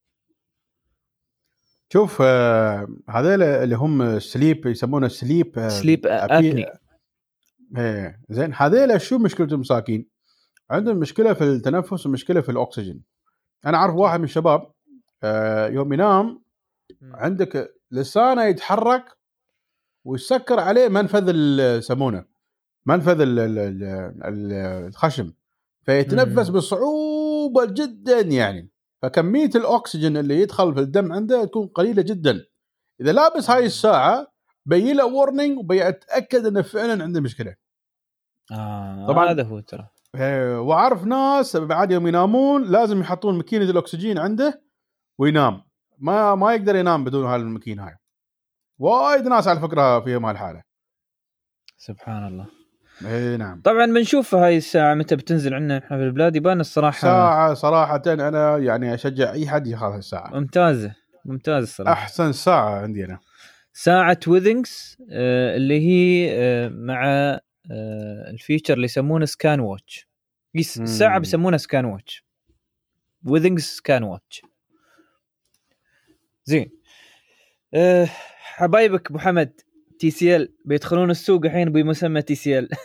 شوف هذول اللي هم سليب يسمونه سليب ابني. زين، هذول شو مشكلتهم؟ مساكين عندهم مشكله في التنفس ومشكله في الاكسجين. انا اعرف واحد من الشباب يوم ينام عندك لسانه يتحرك ويسكر عليه منفذ يسمونه منفذ الخشم، فيتنفس بصعوبه جدا يعني. فكميه الاكسجين اللي يدخل في الدم عنده تكون قليله جدا. اذا لابس هاي الساعه بيله وورنينج وبيتاكد انه فعلا عنده مشكله. طبعا هذا هو ترى. وعارف ناس بعد يوم ينامون لازم يحطون ماكينه الاكسجين عنده وينام، ما يقدر ينام بدون هالماكينه هاي. وايد ناس على فكره فيهم هالحاله. سبحان الله. اي نعم. طبعا بنشوف هاي الساعه متى بتنزل عندنا احنا في البلاد. يبان الصراحه ساعه صراحه انا يعني اشجع اي حد ياخذ الساعه. ممتازه الصراحه. احسن ساعه عندي انا ساعه ويذنجز اللي هي مع الفيتشر اللي يسمونه سكان واتش. الساعه بيسمونها سكان واتش، ويذنجز سكان واتش. زين. حبايبك ابو حمد تي سي ال بيدخلون السوق الحين بمسمى تي سي ال.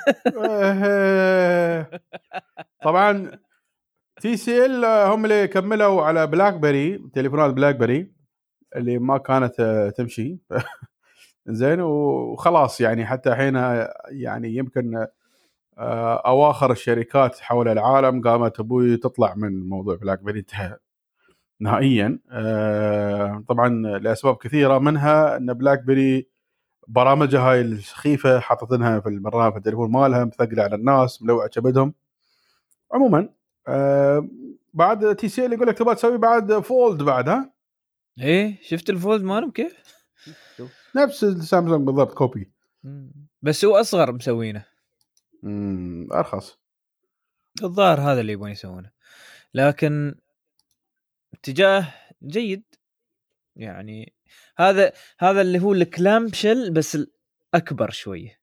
طبعا تي سي ال هم اللي كملوا على بلاك بيري، تليفونات بلاك بيري اللي ما كانت تمشي. زين وخلاص يعني حتى الحين يعني يمكن اواخر الشركات حول العالم قامت ابوي تطلع من موضوع بلاك بيري، انتهى نهائيا. طبعا لاسباب كثيره، منها ان بلاك بيري برامجها هاي السخيفه حاطتينها في البرنامج في التليفون مالها، مثقله على الناس، ملوعه كبدهم. عموما بعد تي سي ال يقول لك تبغى تسوي بعد فولد بعدها. ايه شفت الفولد مالهم كيف؟ نفس السامسونج بالضبط كوبي، بس هو اصغر مسوينه. ارخص. الظاهر هذا اللي يبون يسوونه، لكن اتجاه جيد يعني. هذا اللي هو الكلامشل بس اكبر شويه.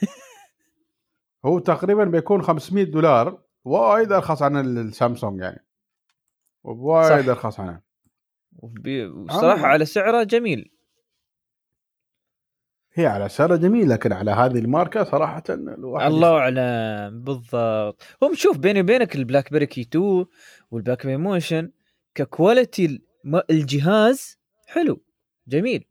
هو تقريبا بيكون $500، وايد ارخص عن السامسونج يعني، وايد ارخص عنه. وصراحه على سعره جميل. هي على سعره جميل، لكن على هذه الماركه صراحه الواحد الله اعلم بالضبط. هم شوف بيني وبينك البلاك بيري كي 2 والبلاك بيري موشن ككواليتي الجهاز حلو جميل،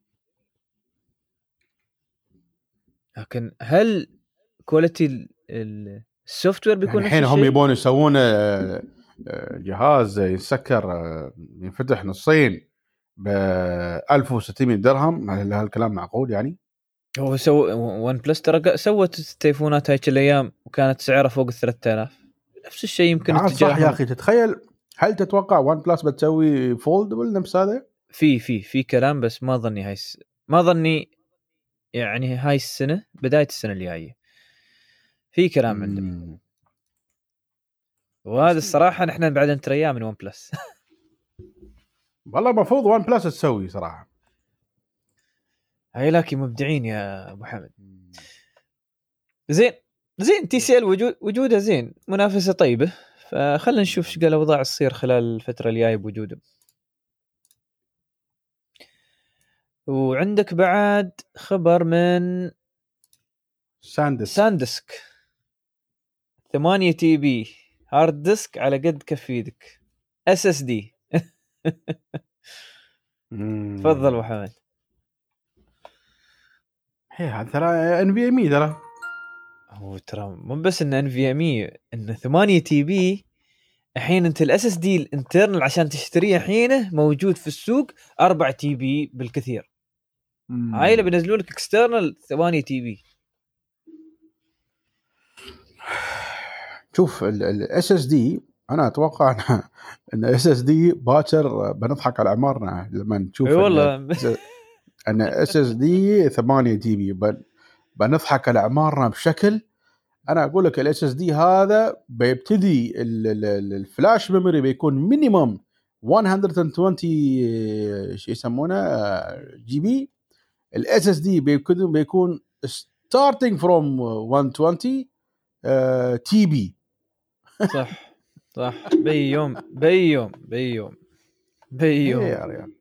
لكن هل كواليتي السوفت وير بيكون يعني نفس الحين الشيء؟ هم يبون يسوون جهاز يسكر ينفتح نصين ب 1600 درهم. هل هالكلام معقول يعني؟ هو ون بلس ترى سوت التليفونات هاي الايام وكانت سعرها فوق 3000. نفس الشيء يمكن صح يا اخي. تتخيل، هل تتوقع ون بلس بتسوي فولدبل نفس هذا؟ في كلام، بس ما ظني ما ظني يعني هاي السنه، بدايه السنه الجايه في كلام عندهم. وهذا الصراحه نحن بعد نترياه من ون بلس. والله المفروض ون بلس تسوي صراحه. هاي لكن مبدعين يا ابو حمد. زين تي سي ال وجوده زين، منافسه طيبه، فخلنا نشوف ايش قال اوضاع تصير خلال الفتره الجايه بوجوده. وعندك بعد خبر من ساندسك 8 تي بي هارد ديسك على قد كف ايدك اس اس دي. تفضل ابو حمد. هي ترى ان في ام اي، ترى هو ترى مو بس ان ان في ام اي، ان 8 تي بي الحين انت الاس اس دي الانترنال عشان تشتريه الحين موجود في السوق 4 تي بي بالكثير. هاي اللي بينزلوا لك اكسترنال 8 تي بي. شوف الاس اس دي، انا اتوقع ان اس اس دي باكر بنضحك على اعمارنا لما نشوف والله ان اس اس دي 8 جي بي بنضحك على اعمارنا بشكل. انا اقول لك الاس اس دي هذا بيبتدي الفلاش ميموري بيكون مينيمم 120 شو يسمونه جي بي. الاس اس دي بيكون starting from 120 تي بي. صح بيوم يا ريال.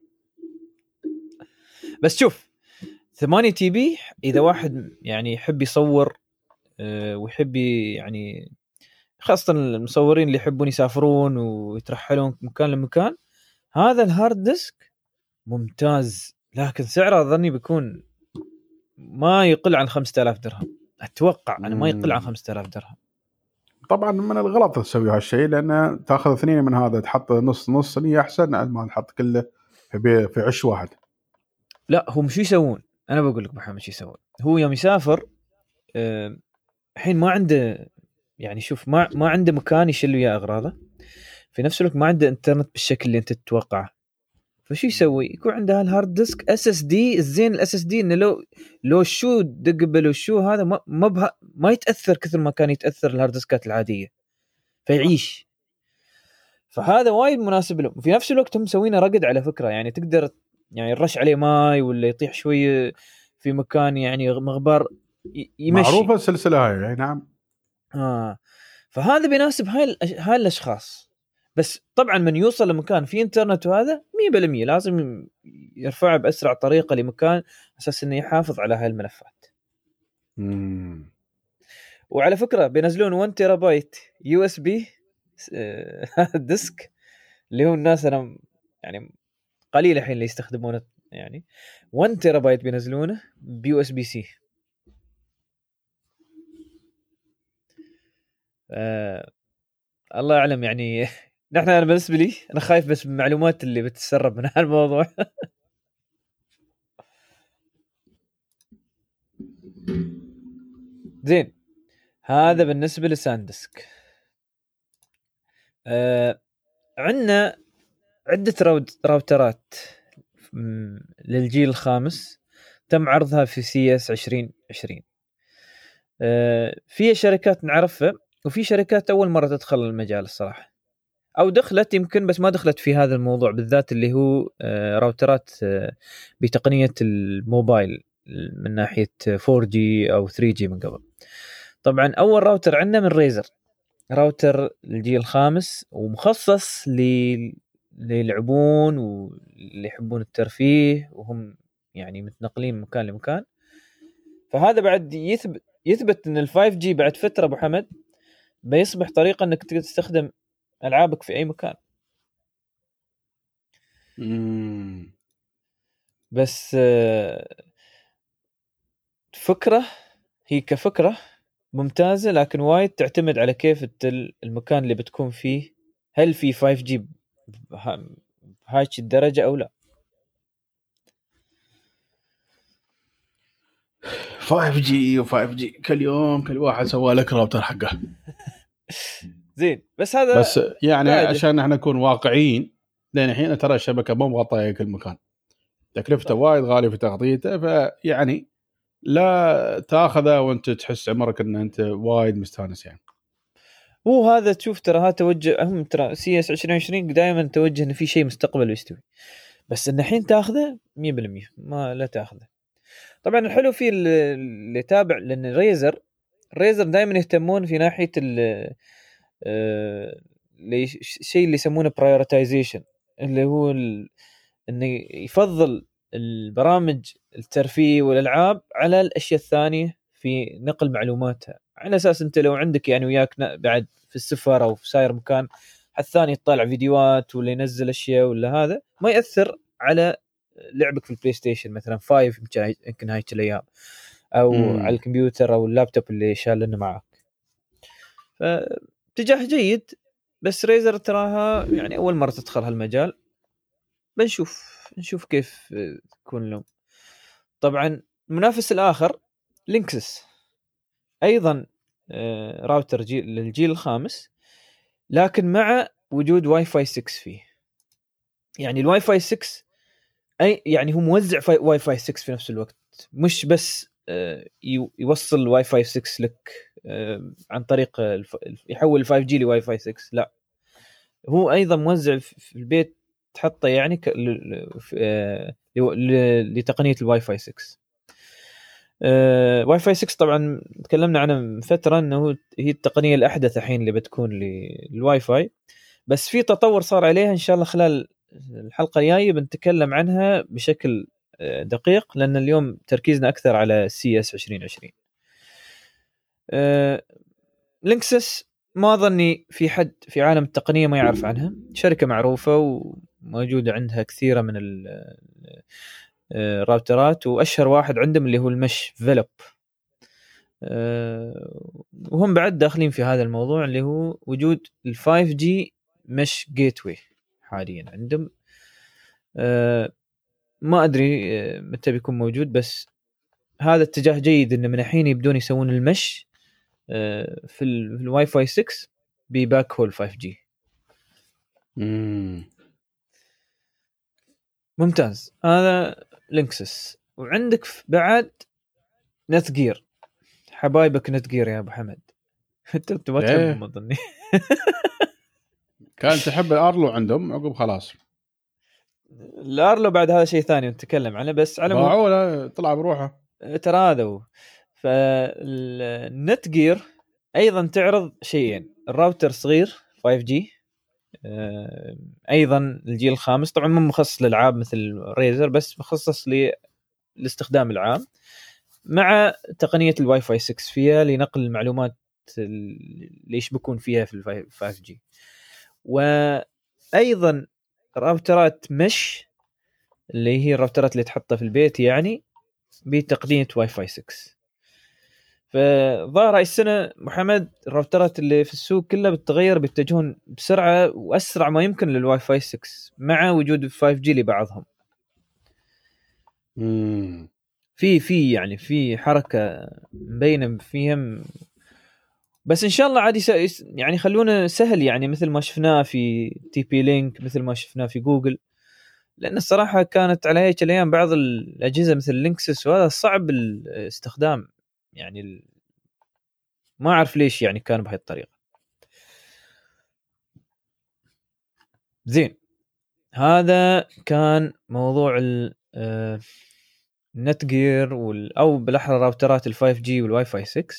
بس شوف 8 تي بي اذا واحد يعني يحب يصور ويحب يعني خاصة المصورين اللي يحبون يسافرون ويترحلون من مكان لمكان، هذا الهارد ديسك ممتاز، لكن سعره أظني بيكون ما يقل عن 5000 درهم. أتوقع أنا ما يقل عن 5000 درهم. طبعا من الغلط تسوي هالشيء، لأن تأخذ اثنين من هذا تحط نص هي أحسن ما تحط كله في عش واحد. لا هم شو يسوون؟ أنا بقول لك محمد شو يسوون. هو يوم يسافر الحين ما عنده، يعني شوف ما عنده مكان يشيل وياه اغراضه، في نفس الوقت ما عنده انترنت بالشكل اللي انت تتوقعه. فشو يسوي؟ يكون عنده هالهارد ديسك اس اس دي. الزين الاس اس دي انه لو شو دقبل وشو هذا ما يتاثر كثر ما كان يتاثر الهارد ديسكات العاديه، فيعيش. فهذا وايد مناسب لهم. في نفس الوقت هم مسوينه رقد على فكره، يعني تقدر يعني يرش عليه ماي ولا يطيح شويه في مكان يعني مغبر يمشي. معروفه السلسله هاي نعم. فهذا بيناسب هاي الاشخاص. بس طبعا من يوصل لمكان فيه انترنت وهذا 100% لازم يرفعه باسرع طريقه لمكان اساس انه يحافظ على هاي الملفات. وعلى فكره بينزلون 1 تيرا بايت يو اس بي ديسك، اللي هو الناس انا يعني قليل الحين اللي يستخدمونه، يعني 1 تيرا بايت بينزلونه بيو اس بي سي. الله اعلم يعني. انا بالنسبه لي انا خايف بس من المعلومات اللي بتتسرب من هالموضوع. زين، هذا بالنسبه لساندسك. عندنا عده راوترات للجيل الخامس تم عرضها في سي اس 2020. في شركات نعرفها وفي شركات اول مره تدخل المجال الصراحه، او دخلت يمكن بس ما دخلت في هذا الموضوع بالذات اللي هو راوترات بتقنيه الموبايل من ناحيه 4G او 3G من قبل. طبعا اول راوتر عندنا من ريزر، راوتر الجيل الخامس ومخصص للعبون واللي يحبون الترفيه وهم يعني متنقلين من مكان لمكان. فهذا بعد يثبت ان ال5G بعد فتره ابو حمد بيصبح طريقه انك تقدر تستخدم العابك في اي مكان. بس فكره، هي كفكره ممتازه، لكن وايد تعتمد على كيف المكان اللي بتكون فيه، هل في 5G بهاي الدرجه او لا. 5G و5G كل يوم كل واحد سوى لك راوتر حقه. زين بس هذا بس يعني قاعدة. عشان احنا نكون واقعيين، لان الحين ترى الشبكه مو مغطيه كل مكان، تكلفته وايد غاليه في تغطيته، فيعني لا تاخذه وانت تحس عمرك ان انت وايد مستانس. يعني هو هذا تشوف ترى هذا توجه، هم ترى سي اس 2020 دائما توجه ان في شيء مستقبل يستوي، بس ان الحين تاخذه 100% ما لا تاخذه. طبعا الحلو فيه اللي تابع، لان ريزر دائما يهتمون في ناحيه الشيء اللي يسمونه برايورتايزيشن، اللي هو انه يفضل البرامج الترفيه والالعاب على الاشياء الثانيه في نقل معلوماتها، على اساس انت لو عندك يعني وياك بعد في السفر او في ساير مكان حد ثاني يطلع فيديوهات ولا ينزل اشياء ولا هذا ما ياثر على لعبك في البلاي ستيشن مثلا 5 يمكن هاي الايام، او على الكمبيوتر او اللابتوب اللي شالنه معك. فاتجاه جيد، بس ريزر تراها يعني اول مره تدخل هالمجال، نشوف كيف تكون لهم. طبعا المنافس الاخر لينكسس، ايضا راوتر للجيل الخامس، لكن مع وجود واي فاي 6 فيه. يعني الواي فاي 6 اي يعني هو موزع واي فاي 6 في نفس الوقت، مش بس يوصل الواي فاي 6 لك عن طريق يحول ال 5G لواي فاي 6، لا هو ايضا موزع في البيت تحطه يعني لتقنيه الواي فاي 6. واي فاي 6 طبعا تكلمنا عنه من فتره انه هي التقنيه الاحدث الحين اللي بتكون للواي فاي، بس في تطور صار عليها ان شاء الله خلال الحلقه الجايه بنتكلم عنها بشكل دقيق، لان اليوم تركيزنا اكثر على سي اس 2020. لينكسس ما ظني في حد في عالم التقنيه ما يعرف عنها، شركه معروفه وموجوده عندها كثيره من الراوترات، واشهر واحد عندهم اللي هو المش فيلوب. وهم بعد داخلين في هذا الموضوع اللي هو وجود ال 5G مش جيت واي حاليا عندهم. ما ادري متى بيكون موجود، بس هذا اتجاه جيد ان من الحين يبدون يسوون المش في الواي فاي 6 بباك هول 5G. ممتاز. هذا لينكسس. وعندك بعد نت جير. حبايبك نت جير يا ابو حمد. انت ما تحبهم اظني. كانت تحب الارلو عندهم عقب خلاص. الارلو بعد هذا شيء ثاني نتكلم عنه، بس على باعوه طلع بروحه ترى هذا هو. فالنت جير ايضا تعرض شيئين، الراوتر صغير 5G ايضا الجيل الخامس، طبعا مو مخصص للالعاب مثل ريزر، بس مخصص للاستخدام العام، مع تقنيه الواي فاي 6 فيها لنقل المعلومات اللي يشبكون فيها في ال 5G. وايضا راوترات مش اللي هي الراوترات اللي تحطها في البيت يعني بتقنيه واي فاي 6. فظهر هاي السنه محمد الراوترات اللي في السوق كلها بتتغير، بيتجهون بسرعه واسرع ما يمكن للواي فاي 6 مع وجود 5G لبعضهم. في يعني في حركه مبينه فيهم، بس ان شاء الله عادي يعني خلونا سهل، يعني مثل ما شفناه في تي بي لينك، مثل ما شفناه في جوجل. لان الصراحه كانت على هيك الايام بعض الاجهزه مثل لينكسس وهذا صعب الاستخدام، يعني ما اعرف ليش يعني كان بهي الطريقه. زين، هذا كان موضوع النت جير او بالاحرى راوترات ال5G والواي فاي 6.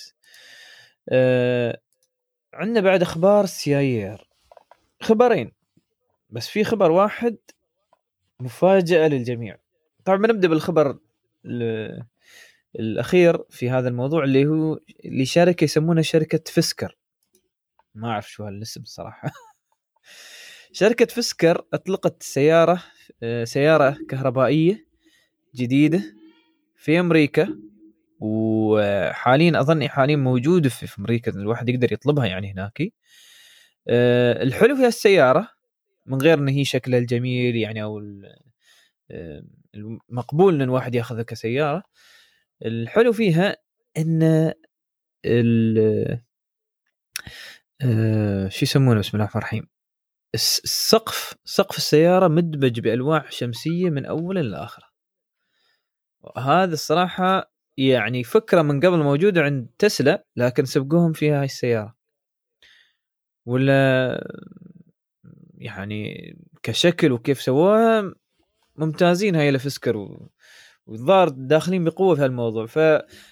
عندنا بعد اخبار سيايير، خبرين بس، في خبر واحد مفاجأة للجميع. طبعا بنبدأ بالخبر الأخير في هذا الموضوع، اللي هو لشركة يسمونها شركة فسكر. ما أعرف شو هالاسم الصراحة. شركة فسكر أطلقت سيارة كهربائية جديدة في أمريكا، وحاليا أظن حاليا موجودة في أمريكا، الواحد يقدر يطلبها يعني هناك. الحلو في السيارة من غير أن هي شكلها الجميل يعني أو المقبول أن الواحد يأخذها كسيارة، الحلو فيها أن شو يسمونه بسم الله الرحمن الرحيم، سقف السيارة مدمج بألواح شمسية من أوله لآخره. هذا الصراحة يعني فكرة من قبل موجودة عند تسلا، لكن سبقوهم فيها هاي السيارة. ولا يعني كشكل وكيف سووها ممتازين هاي لفسكر، والظاهر داخلين بقوة في هالموضوع. ف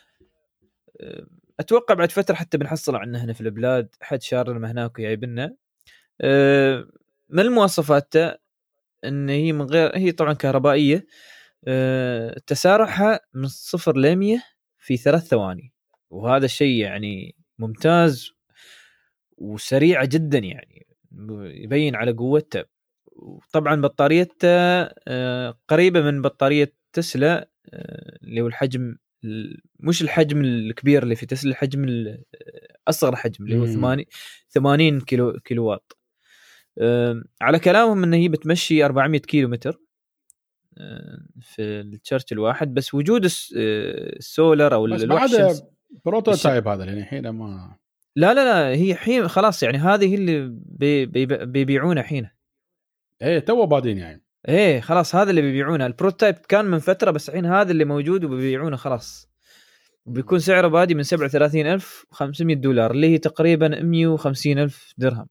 أتوقع بعد فترة حتى بنحصل عنه هنا في البلاد، حد شار لما هناك جايبنا. من المواصفات ان هي من غير، هي طبعا كهربائيه، تسارعها من 0 ل 100 في 3 ثواني، وهذا الشيء يعني ممتاز وسريعه جدا، يعني يبين على قوتها. وطبعا بطاريتها قريبه من بطاريه تسلا، اللي هو الحجم مش الحجم الكبير اللي في تسلا، الحجم اصغر حجم اللي هو 80 كيلو وات. على كلامهم ان هي بتمشي 400 كيلو متر في الشارج الواحد، بس وجود السولر او الواح الشمس بروتوتايب هذا يعني الحين ما لا هي حين خلاص، يعني هذه اللي بيبيعونه حين تو بادين يعني خلاص هذا اللي بيبيعونه. البروتوتايب كان من فترة، بس الحين هذا اللي موجود وبيبيعونه خلاص، وبيكون سعره بادي من 37,500 دولار اللي هي تقريبا 150,000 درهم.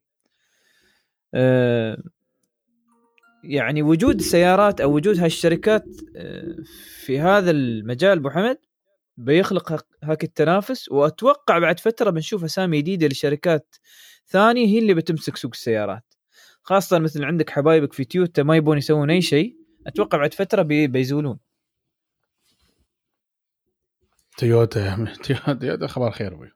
يعني وجود السيارات او وجود هالشركات في هذا المجال ابو حمد بيخلق هاك التنافس، واتوقع بعد فتره بنشوف اسامي جديده لشركات ثانيه هي اللي بتمسك سوق السيارات، خاصه مثل عندك حبايبك في تويوتا ما يبون يسوون اي شيء، اتوقع بعد فتره بيزولون. تويوتا خبر خير ابوي.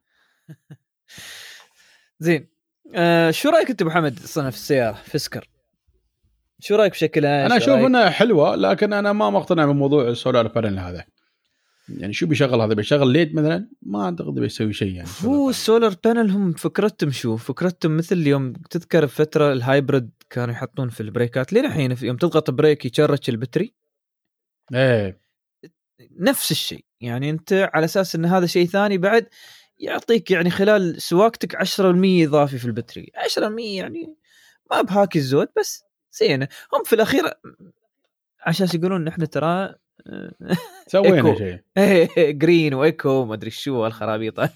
زين، شو رايك انت ابو حمد صنف السياره فسكر؟ شو رايك بشكلها؟ انا اشوف انها حلوه، لكن انا ما مقتنع بموضوع السولار بانل هذا. يعني شو بيشغل هذا؟ بيشغل ليد مثلا؟ ما اعتقد بيسوي شيء. يعني هو السولار بانل هم فكرتهم شو؟ فكرتهم مثل اليوم تذكر بفتره الهايبرد كانوا يحطون في البريكات لين الحين، في يوم تضغط بريك يشرج البتري. نفس الشيء، يعني انت على اساس ان هذا شيء ثاني بعد يعطيك يعني خلال سواقتك 10% اضافي في البطاريه. 10% يعني ما بهاك الزود، بس زينه. هم في الاخير عشان يقولون ان احنا ترى سوينا شيء جرين وايكو ما ادري شو هالخرابيط.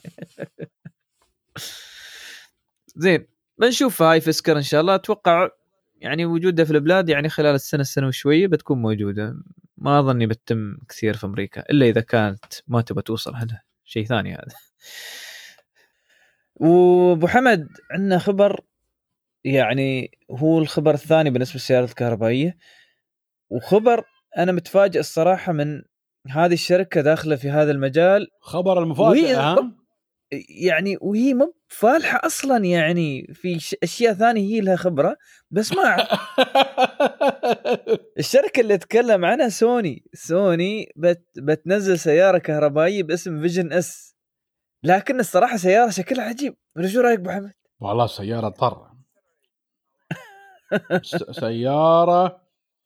زين بنشوف هاي فسكر ان شاء الله. اتوقع يعني وجودها في البلاد يعني خلال السنه وشويه بتكون موجوده. ما اظني بتتم كثير في امريكا الا اذا كانت ما تبى توصل. هذا شيء ثاني هذا. وابو حمد عندنا خبر، يعني هو الخبر الثاني بالنسبه للسيارات الكهربائيه، وخبر انا متفاجئ الصراحه من هذه الشركه داخله في هذا المجال. خبر المفاجأة يعني وهي مو فالحه اصلا، يعني في اشياء ثانيه هي لها خبره بس ما الشركه اللي اتكلم عنها سوني بتنزل سياره كهربائيه باسم فيجن اس، لكن الصراحه سياره شكلها عجيب. شو رايك ابو حمد؟ والله سيارة طر سيارة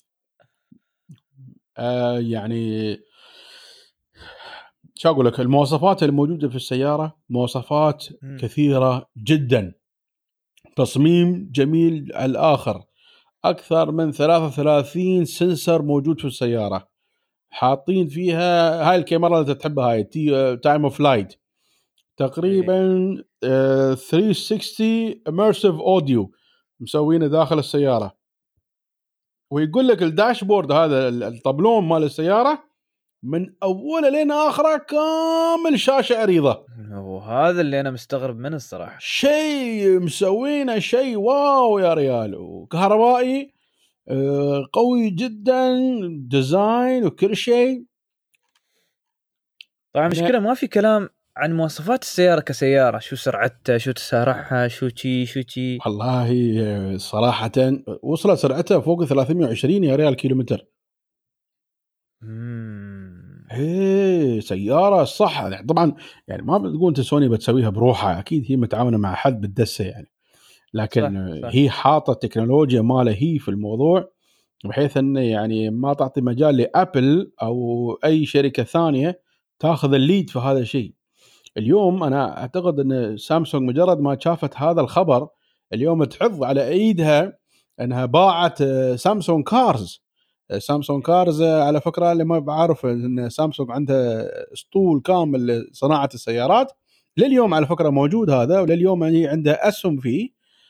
يعني شو أقول لك، المواصفات الموجودة في السيارة مواصفات كثيرة جدا. تصميم جميل على الآخر، أكثر من 33 سنسر موجود في السيارة. حاطين فيها هاي الكاميرا اللي تحبها، هاي تايم اوف لايت تقريبا 360 immersive audio مسوينه داخل السيارة. ويقول لك الداشبورد هذا الطبلون مال السيارة من أوله لين آخره كامل شاشة عريضة. وهذا اللي أنا مستغرب منه الصراحة. شيء مسوينه شيء واو يا ريال، وكهربائي قوي جدا، ديزاين وكل شيء. طبعا مشكلة ما في كلام عن مواصفات السيارة كسيارة، شو سرعتها، شو تسارعها، شو شي. والله صراحة وصلت سرعتها فوق 320 يا ريال كيلومتر. هي سيارة صح. طبعا يعني ما بتقول سوني بتسويها بروحها، أكيد هي متعاونة مع حد بالدسة يعني، لكن صح. هي حاطة تكنولوجيا مالها هي في الموضوع، بحيث أنه يعني ما تعطي مجال لأبل أو أي شركة ثانية تاخذ الليد في هذا الشيء. اليوم أنا أعتقد أن سامسونج مجرد ما شافت هذا الخبر اليوم تحض على إيدها أنها باعت سامسونج كارز. سامسونج كارز على فكرة اللي ما بعرف أن سامسونج عندها اسطول كامل لصناعة السيارات لليوم، على فكرة موجود هذا، ولليوم يعني عندها أسهم فيه.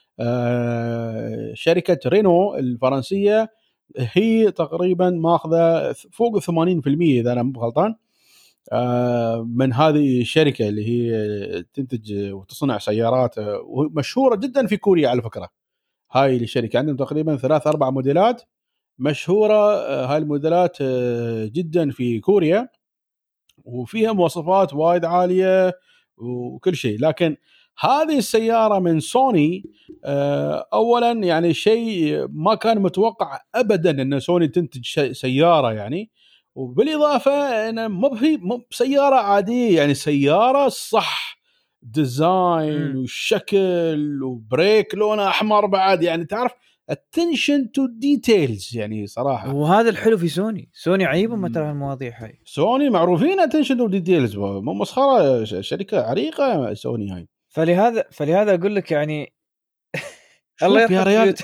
شركة رينو الفرنسية هي تقريبا ماخذة فوق 80% إذا أنا مو غلطان من هذه الشركة اللي هي تنتج وتصنع سيارات ومشهورة جدا في كوريا. على فكرة هاي الشركة عندهم تقريبا 3-4 موديلات مشهورة، هاي الموديلات جدا في كوريا، وفيها مواصفات وايد عالية وكل شيء. لكن هذه السيارة من سوني أولا يعني شيء ما كان متوقع أبدا أن سوني تنتج سيارة يعني، وبالإضافة أنا مو سيارة عادية، يعني سيارة صح ديزاين وشكل وبريك لونه أحمر بعد، يعني تعرف attention to details يعني صراحة. وهذا الحلو في سوني عيبهم ما ترى هالمواضيع هاي. سوني معروفين attention to details، مو مسخرة، شركة عريقة سوني هاي. فلهذا أقول لك يعني الله يرحم يا ريال.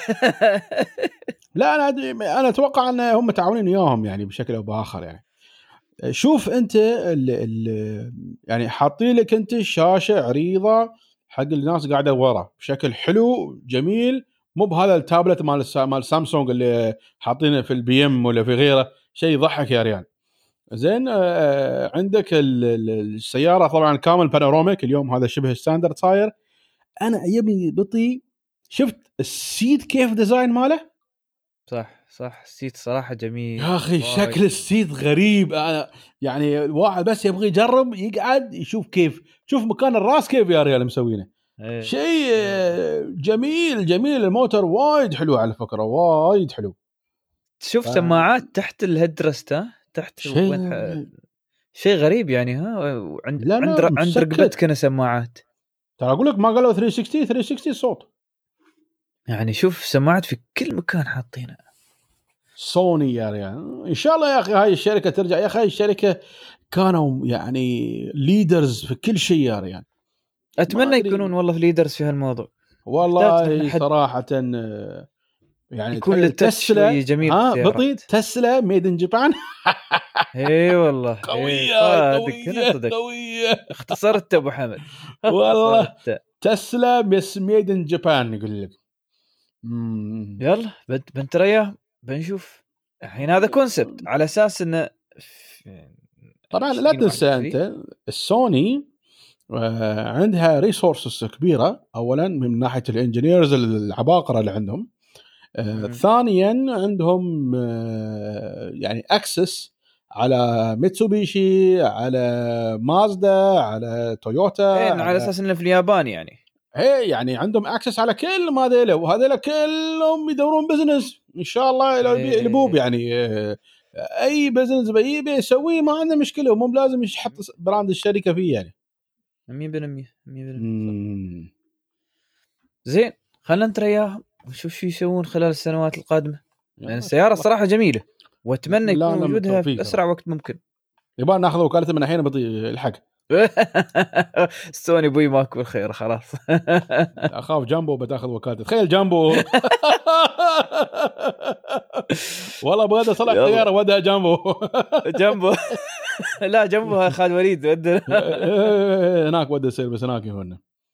لا أنا أتوقع أن هم متعاونين وياهم يعني بشكل أو بآخر يعني. شوف أنت يعني حاطين لك أنت شاشة عريضة حق الناس قاعدة ورا بشكل حلو جميل، مو بهذا التابلت مال سامسونج اللي حاطينه في البي ام ولا في غيره، شيء يضحك يا ريال. زين عندك السيارة طبعا كامل بانورامیك، اليوم هذا شبه ستاندرد صاير. أنا عجبني بطي، شفت السيت كيف ديزاين ماله؟ صح السيت صراحة جميل يا أخي شكل السيت غريب. أنا يعني واحد بس يبغى يجرب يقعد يشوف كيف، شوف مكان الراس كيف يا ريال مسوينه. شيء جميل. الموتور وايد حلو على فكرة، وايد حلو. تشوف سماعات تحت الهيدرست، تحت شيء غريب يعني. عند رقبتك انا سماعات. ترى اقول لك ما قالوا 360 صوت، يعني شوف سماعات في كل مكان حاطينها. سوني يا ريال ان شاء الله يا اخي هاي الشركه ترجع. يا اخي الشركه كانوا يعني ليدرز في كل شيء يا ريال. اتمنى يكونون والله في ليدرز في هالموضوع والله صراحه يعني يكون تسلا جميل. بطيء تسلا ميد ان جابان. اي والله قويه اختصرت ابو حمد والله تسلا بس ميد ان جابان يقول لك. يلا بنترياه بنشوف الحين. هذا كونسبت على اساس انه طبعا لا تنسى انت السوني عندها ريسورسز كبيره، اولا من ناحيه الانجينيرز العباقره اللي عندهم، ثانيا عندهم يعني اكسس على ميتسوبيشي، على مازدا، على تويوتا، على اساس انه في اليابان يعني يعني عندهم اكسس على كل ما ذيلا، وهذول كلهم يدورون بزنس ان شاء الله البوب يعني اي بزنس بيسويه ما عنده مشكله، ومو لازم يحط براند الشركه فيه يعني 100%. زين خلينا نترياهم ونشوف شو يسوون خلال السنوات القادمه، لان السياره الصراحه جميله واتمنى يكون وجودها في اسرع وقت ممكن. يبغى ناخذ وكالته من الحين بطيء الحق. سوني بوي ماكو الخير خلاص. اخاف جامبو بتاخذ وكالته. تخيل جامبو والله بغدا صلح سياره ودها جامبو لا جنبها خالد وليد هناك ودى سيرفيس هناك هنا.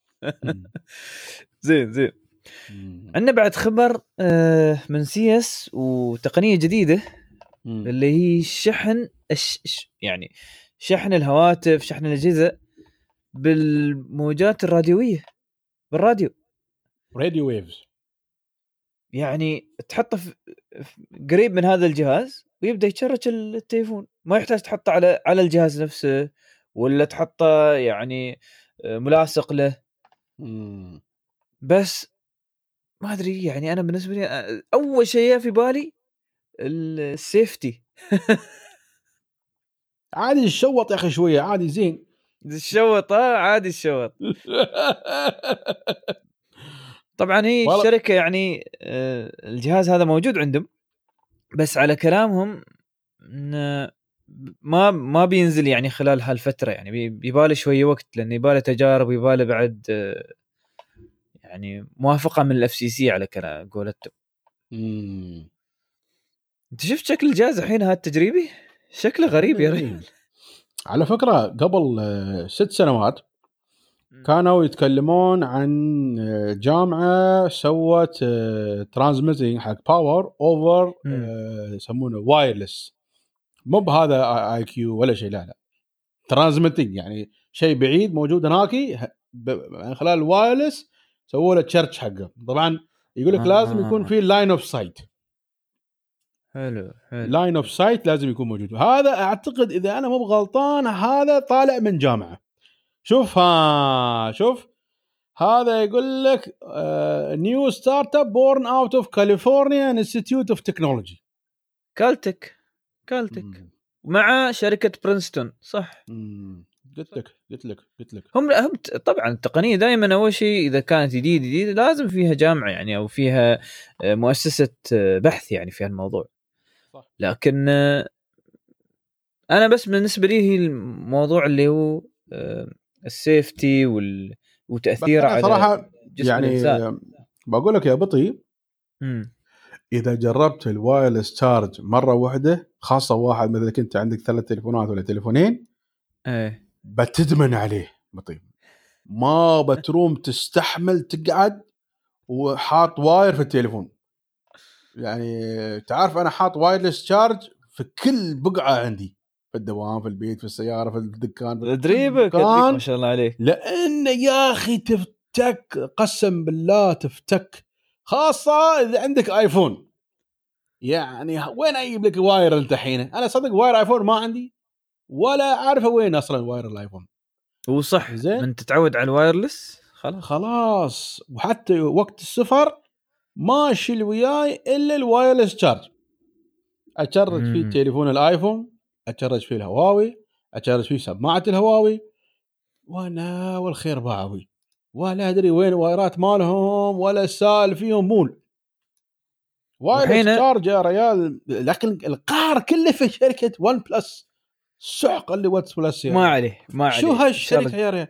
زين عندنا بعد خبر من CS وتقنية جديدة اللي هي شحن يعني شحن الهواتف، شحن الأجهزة بالموجات الراديوية بالراديو، راديو ويفز. يعني تحطه قريب من هذا الجهاز ويبدأ يتشرج التليفون، ما يحتاج تحطه على الجهاز نفسه ولا تحطه يعني ملاصق له. بس ما أدري يعني أنا بالنسبة لي أول شيء في بالي السيفتي. عادي الشوط يا أخي شوية عادي زين الشوط عادي الشوط. طبعا هي الشركة يعني الجهاز هذا موجود عندهم، بس على كلامهم ما بينزل يعني خلال هالفترة، يعني بيباله شوية وقت لأن يباله تجارب ويباله بعد يعني موافقة من الFCC على كلام قولته. انت شفت شكل الجهاز الحين هذا التجريبي شكله غريب يا رجل. على فكرة قبل 6 سنوات كانوا يتكلمون عن جامعة سوت ترانسميتنج حق باور اوفر يسمونه وايرلس، مو بهذا IQ ولا شيء، لا ترانسميتنج يعني شيء بعيد موجود هناك من خلال الوايرلس سووا له تشارج حقه. طبعا يقول لك لازم يكون في لاين اوف سايت. حلو لاين اوف سايت لازم يكون موجود. هذا اعتقد اذا انا مو بغلطان هذا طالع من جامعه. شوف هذا يقول لك نيو ستارت اب بورن اوت اوف كاليفورنيا انستيتيوت اوف تكنولوجي كالتك مع شركه برينستون صح. قلت لك هم طبعا التقنيه دائما اول شيء اذا كانت جديده لازم فيها جامعه يعني او فيها مؤسسه بحث يعني في الموضوع صح. لكن انا بس بالنسبه لي هي الموضوع اللي هو السيفتي وتاثيره على صراحه يعني بقول لك يا بطي اذا جربت الوايرلس تشارج مره واحده، خاصه واحد مثلك انت عندك 3 تليفونات ولا تليفونين بتدمن عليه بطي، ما بتروم تستحمل تقعد وحاط واير في التليفون. يعني تعرف انا حاط وايرلس تشارج في كل بقعه عندي، في الدوام، في البيت، في السياره، في الدكان، ادريبك ما شاء الله عليك. لان يا اخي تفتك قسم بالله تفتك، خاصه اذا عندك ايفون. يعني وين اجيب لك واير انت حين؟ انا صدق واير ايفون ما عندي ولا عارفه وين اصلا واير الايفون. هو صح من تتعود على الوايرلس خلاص وحتى وقت السفر ما اشيل وياي الا الوايرلس تشارج. اشرج فيه تليفون الايفون، اشرج فيه الهواوي، اشرج فيه سماعه الهواوي، وانا والخير باعوي ولا ادري وين وايرات مالهم ولا سال فيهم مول. وايرلس تشارج يا ريال، لكن القهر كله في شركه ون بلس. سحق اللي واتس بلس يعني. ما عليه شو هالشركه يا ريال؟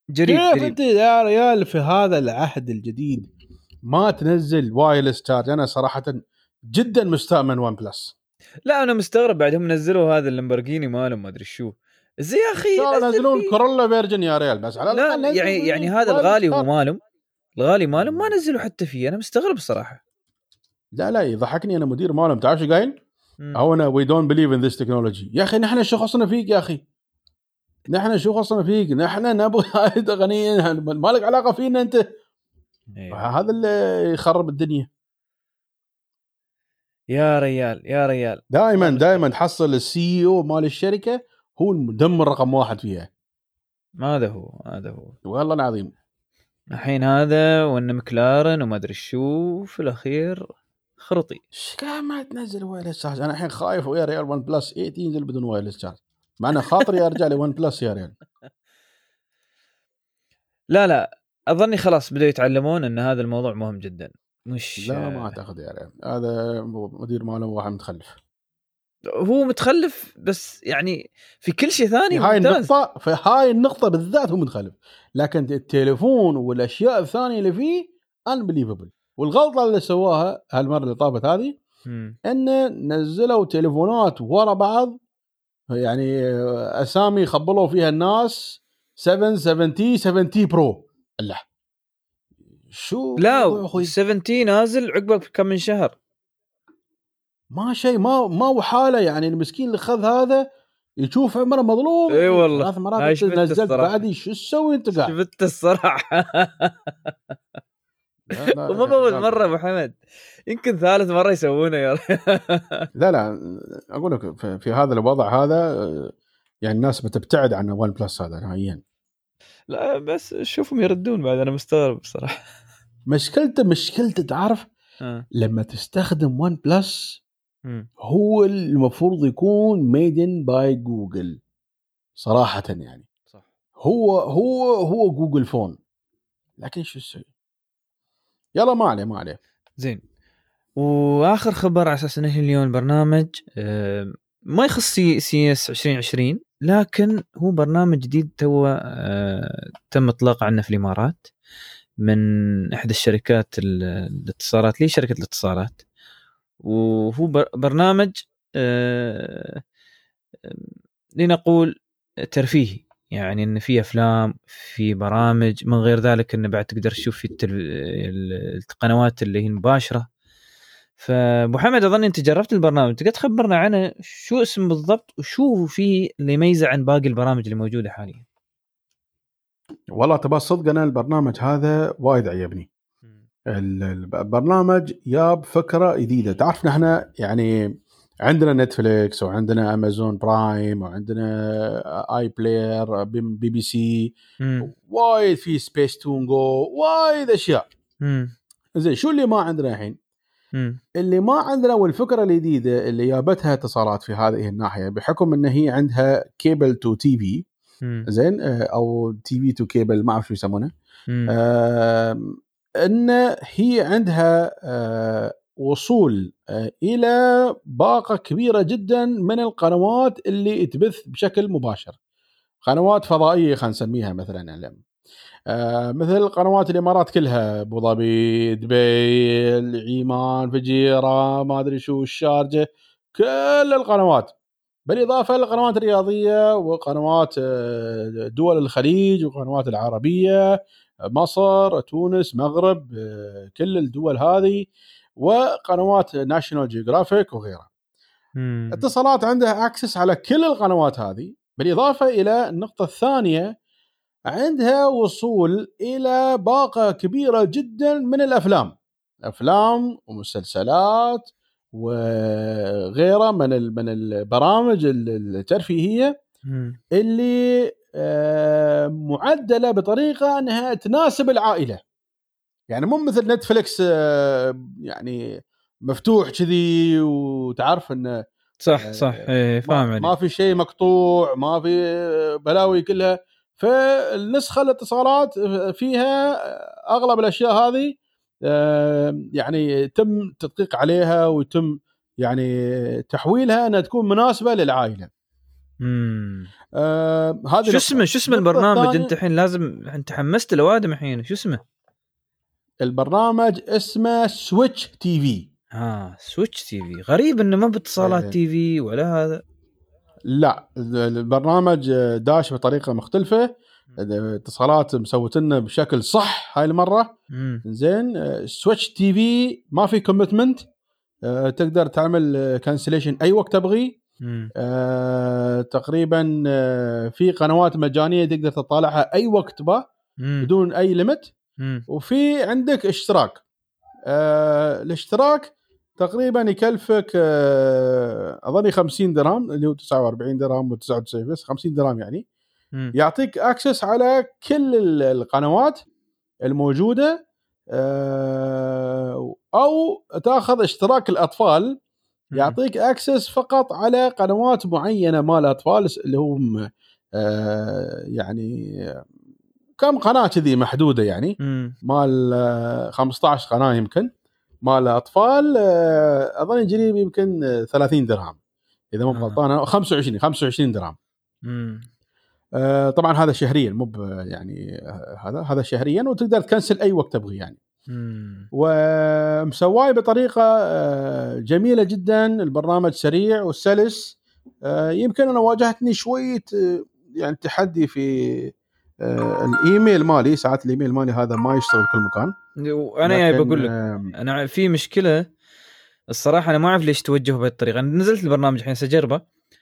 كيف انت يا ريال في هذا العهد الجديد ما تنزل وايرلس تشارج؟ انا صراحه جدا مستاء من ون بلس. لا انا مستغرب بعدهم نزلوا هذا اللامبورجيني مالهم ما ادري شو زي يا اخي نزلون كورولا فيرجن يا ريال بس على الاقل يعني هذا الغالي هو مالهم، الغالي مالهم ما نزلوا حتى فيه. انا مستغرب الصراحه. لا يضحكني انا مدير مالهم تعرف شو قايل؟ هو انا وي دونت بليف ان ذيس تكنولوجي. يا اخي نحن شو خصنا فيك يا اخي؟ نحن شو خصنا فيك؟ نحن نبغى هاي تقنيه ما لك علاقه فينا انت. هذا اللي يخرب الدنيا يا ريال. دائما تحصل السي او مال الشركه هو المدمر رقم 1 فيها. هذا هو والله العظيم. الحين هذا وان مكلارن وما ادري شو في الاخير خرطي. ما تنزل وايرلس تشارج؟ انا الحين خايف ويا ريال ون بلس 8 ينزل بدون وايرلس تشارج، مع انا خاطري ارجع لي ون بلس يا ريال. لا اظني خلاص بدأوا يتعلمون ان هذا الموضوع مهم جدا. مش لا ما اعتقد يا ريال، هذا مدير ماله واحد متخلف. هو متخلف بس يعني في كل شيء ثاني في هاي النقطة بالذات هو متخلف، لكن التليفون والاشياء الثانية اللي فيه unbelievable. والغلطة اللي سواها هالمرة اللي طافت هذه ان نزلوا تليفونات ورا بعض، يعني اسامي خبلوا فيها الناس 7 70 برو. الله شو لا 70 نازل عقبه كم من شهر، ما شيء ما وحاله. يعني المسكين اللي خذ هذا يشوف عمره مظلوم. اي والله 3 مرات نزلت بعدي شو تسوي انت قاعد؟ شفت الصراحه. وما اول مره ابو حمد، يمكن ثالث مره يسوونه يا لا اقول لك في هذا الوضع هذا يعني الناس بتبتعد عن ون بلس هذا نهائيا. لا بس شوفهم يردون بعد، انا مستغرب بصراحه. مشكلته تعرف لما تستخدم ون بلس هو المفروض يكون ميدن باي جوجل صراحه، يعني صح. هو جوجل فون، لكن شو تسوي؟ يلا ما عليه زين. واخر خبر على اساس انه اليوم برنامج ما يخص سي اس 2020، لكن هو برنامج جديد تم اطلاقه عنه في الامارات من احدى الشركات الاتصالات، لي شركه الاتصالات. وهو برنامج لنقول ترفيهي، يعني ان في افلام، في برامج، من غير ذلك انه بعد تقدر تشوف في القنوات اللي هي مباشره. فابو حمد اظن انت جربت البرنامج، تقدر تخبرنا عنه شو اسمه بالضبط وشو فيه اللي يميزه عن باقي البرامج اللي موجوده حاليا؟ والله تبى صدق انا البرنامج هذا وايد عجبني. البرنامج جاب فكره جديده. تعرف نحن يعني عندنا نتفليكس وعندنا امازون برايم وعندنا اي بلاير بي بي سي وايد، في سبيس تون جو، وايد اشياء. زين شو اللي ما عندنا الحين؟ اللي ما عندنا والفكره الجديده اللي جابتها اتصالات في هذه الناحيه، بحكم ان هي عندها كيبل تو تي في، زين او تي في تو كيبل، ما اعرف شو يسمونه. ان هي عندها وصول الى باقه كبيره جدا من القنوات اللي تبث بشكل مباشر، قنوات فضائيه خلينا نسميها مثلا، مثل قنوات الامارات كلها، ابو ظبي، دبي، العمان، فجيره، ما ادري شو، الشارجه، كل القنوات، بالاضافه للقنوات الرياضيه وقنوات دول الخليج وقنوات العربيه، مصر، تونس، مغرب، كل الدول هذه، وقنوات ناشونال جيوغرافيك وغيرها. اتصالات عندها اكسس على كل القنوات هذه، بالاضافه الى النقطه الثانيه عندها وصول الى باقه كبيره جدا من افلام ومسلسلات وغيرها من البرامج الترفيهيه اللي معدله بطريقه انها تناسب العائله. يعني مو مثل نتفليكس يعني مفتوح كذي وتعرف انه صح فاهم، ما في شيء مقطوع، ما في بلاوي كلها. فالنسخه الاتصالات فيها اغلب الاشياء هذه يعني يتم تدقيق عليها ويتم يعني تحويلها انها تكون مناسبه للعائله. هذا شو اسمه البرنامج؟ انت الحين لازم، انت حمست الأوادم الحين. شو اسمه البرنامج؟ اسمه سويتش تي في. سويتش تي في. غريب انه ما باتصالات تي في ولا هذا. لا، البرنامج داش بطريقه مختلفه. اتصالات مسوت لنا بشكل صح هاي المره. زين. سويتش تي في ما في كوميتمنت، تقدر تعمل كانسليشن اي وقت تبغي. تقريبا في قنوات مجانيه تقدر تطالعها اي وقت تبغى بدون اي ليمت. وفي عندك اشتراك. الاشتراك تقريبا يكلفك اظني 50 درهم، اللي هو 49 درهم و99، بس 50 درهم يعني. يعطيك اكسس على كل القنوات الموجوده. او تاخذ اشتراك الاطفال، يعطيك اكسس فقط على قنوات معينه مال اطفال، اللي هم يعني كم قناه كذي محدوده يعني. مال 15 قناه يمكن مال اطفال. اظن يجري يمكن 30 درهم اذا مو غلطان، 25 درهم. طبعا هذا شهريا، مو يعني هذا شهريا، وتقدر تكنسل اي وقت تبغي يعني. ومسواي بطريقه جميله جدا. البرنامج سريع وسلس. يمكن انا واجهتني شويه يعني تحدي في الايميل مالي. ساعات الايميل مالي هذا ما يشتغل كل مكان. وانا بقول لك انا في مشكله الصراحه. انا ما اعرف ليش توجهوا بهذه الطريقه. انا نزلت البرنامج الحين سجربه.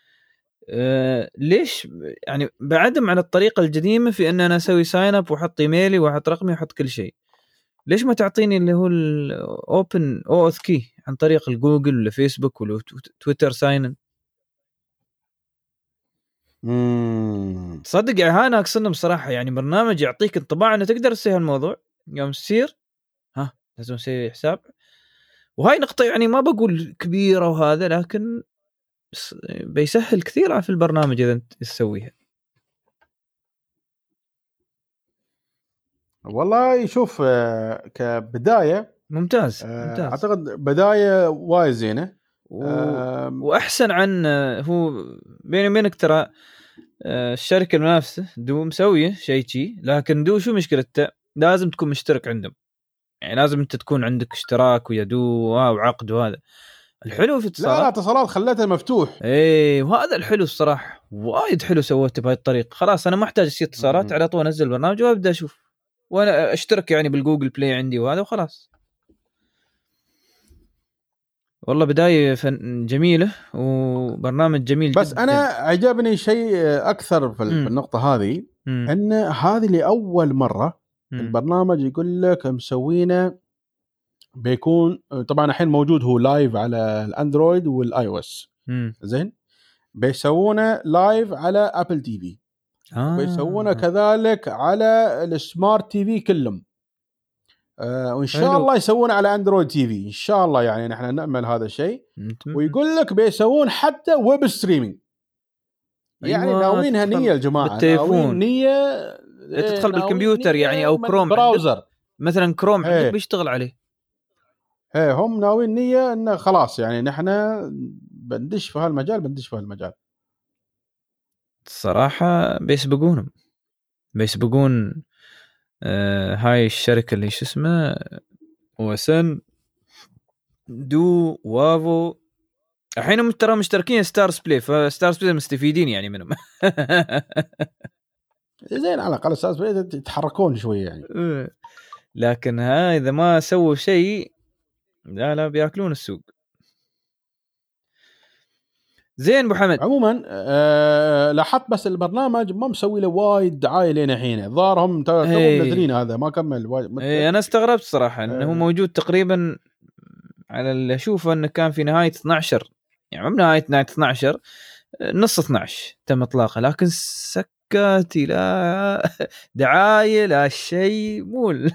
ليش يعني بعدم على الطريقه القديمه في ان انا اسوي ساين اب واحط ايميلي واحط رقمي واحط كل شيء؟ ليش ما تعطيني اللي هو الاوبن او اث كي عن طريق الجوجل ولا فيسبوك ولا تويتر ساين؟ تصدق يا هانا اقصد بصراحه يعني برنامج يعطيك انطباع انه تقدر تسوي هالموضوع يوم تصير لازم تسوي حساب. وهاي نقطه يعني ما بقول كبيره وهذا، لكن بيسهل كثير في البرنامج اذا انت تسويها. والله شوف، كبدايه ممتاز. اعتقد بدايه وايد زينه. واحسن عن هو بيني وبينك ترى الشركه المنافسه دو مسويه شيء شي، لكن دو شو مشكلته؟ لازم تكون مشترك عندهم، يعني لازم انت تكون عندك اشتراك ويا دو وعقد. وهذا الحلو في اتصالات. لا اتصالات خلتها مفتوح. وهذا الحلو الصراحه، وايد حلو سويته بهاي الطريقه. خلاص انا ما احتاج اسير اتصالات، على طول انزل البرنامج وابدا اشوف، وانا اشترك يعني بالجوجل بلاي عندي وهذا وخلاص. والله بداية جميلة وبرنامج جميل بس جدا. أنا عجبني شيء أكثر في النقطة هذه، أن هذه لأول مرة البرنامج يقول لك مسوينه بيكون طبعا الحين موجود هو لايف على الأندرويد والآي أو إس. زين. بيسوونه لايف على أبل تي في. بيسوونه كذلك على السمارت تي في كلهم. وإن شاء الله يسوون على أندرويد تي في إن شاء الله، يعني نحن نأمل هذا الشيء. ويقول لك بيسوون حتى ويب ستريمينج. يعني ناوينها نية الجماعة، ناوين نية تدخل بالكمبيوتر يعني أو كروم براوزر مثلا. كروم عندك بيشتغل عليه. هم ناوين نية إنه خلاص يعني نحن بندش في هالمجال. الصراحة بيسبقون هاي الشركة اللي شو اسمه وسن دو وافو. الحين هم ترى مشتركين ستارز بلاي، فستارز بلاي مستفيدين يعني منهم. زين على الأقل ستارز بلاي يتحركون شوي يعني. لكن إذا ما سووا شيء لا بياكلون السوق. زين ابو حمد، عموما لاحظت بس البرنامج ما مسوي له وايد دعايه لين الحين. ظاهرهم منزلين هذا ما كمل وايد. انا استغربت صراحه انه هو موجود تقريبا على اللي اشوفه انه كان في نهايه 12، يعني من نهايه 12 نص 12 تم اطلاقه، لكن سكاتي لا دعايه لا شيء مول.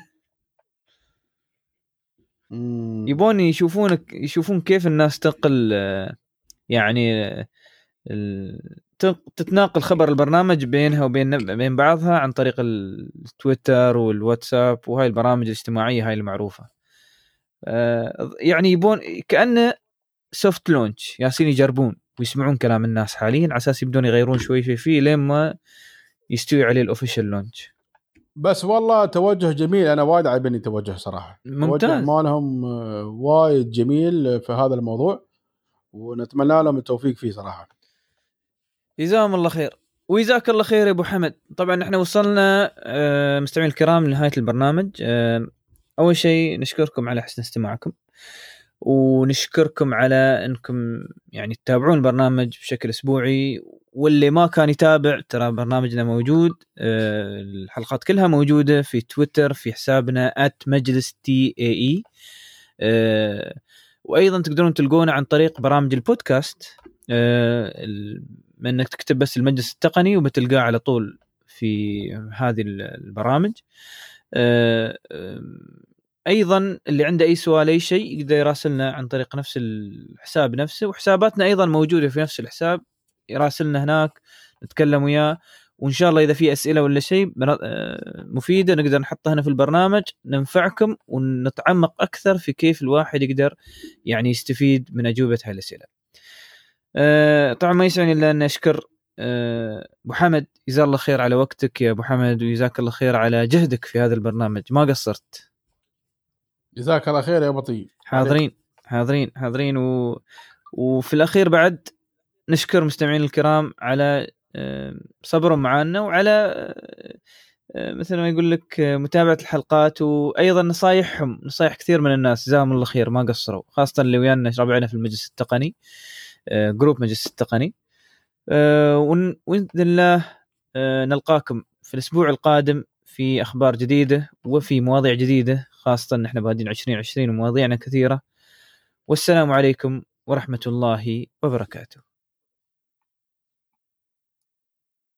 يبون يشوفون كيف الناس تنقل يعني تتناقل خبر البرنامج بينها وبين بعضها عن طريق التويتر والواتساب وهاي البرامج الاجتماعية هاي المعروفة. يعني يبون كأنه سوفت لونش، ياسين يجربون ويسمعون كلام الناس حاليا على اساس يبدون يغيرون شوي فيه لين ما يستوي عليه الاوفيشال لونش. بس والله توجه جميل، انا وايد عجبني توجه صراحه. ممتاز. توجه مالهم وايد جميل في هذا الموضوع، ونتمنى لهم التوفيق فيه صراحه. جزاهم الله خير. وجزاك الله خير يا ابو حمد. طبعا احنا وصلنا مستمعين الكرام لنهايه البرنامج. اول شيء نشكركم على حسن استماعكم، ونشكركم على انكم يعني تتابعون البرنامج بشكل اسبوعي، واللي ما كان يتابع ترى برنامجنا موجود، الحلقات كلها موجوده في تويتر في حسابنا @مجلس_TAE، وايضا تقدرون تلقونا عن طريق برامج البودكاست، انك تكتب بس المجلس التقني وبتلقاه على طول في هذه البرامج. ايضا اللي عنده اي سؤال اي شيء يقدر يراسلنا عن طريق نفس الحساب نفسه، وحساباتنا ايضا موجوده في نفس الحساب، يراسلنا هناك نتكلم وياه، وان شاء الله اذا في اسئله ولا شيء مفيده نقدر نحطها هنا في البرنامج ننفعكم ونتعمق اكثر في كيف الواحد يقدر يعني يستفيد من اجوبه هاي الاسئله. طبعا ما يسعني الا ان اشكر ابو حمد، جزاه الله خير على وقتك يا ابو حمد، وجزاك الله خير على جهدك في هذا البرنامج، ما قصرت. جزاك الله خير يا بطيء. حاضرين وفي الأخير بعد نشكر مستمعين الكرام على صبرهم معنا، وعلى مثل ما يقول لك متابعة الحلقات، وأيضا نصايح كثير من الناس جزاهم الله خير ما قصروا، خاصة اللي ويانا ربعنا في المجلس التقني، جروب مجلس التقني. وبإذن الله نلقاكم في الأسبوع القادم في أخبار جديدة وفي مواضيع جديدة، خاصة إن إحنا بادين 2020 ومواضيعنا كثيرة. والسلام عليكم ورحمة الله وبركاته.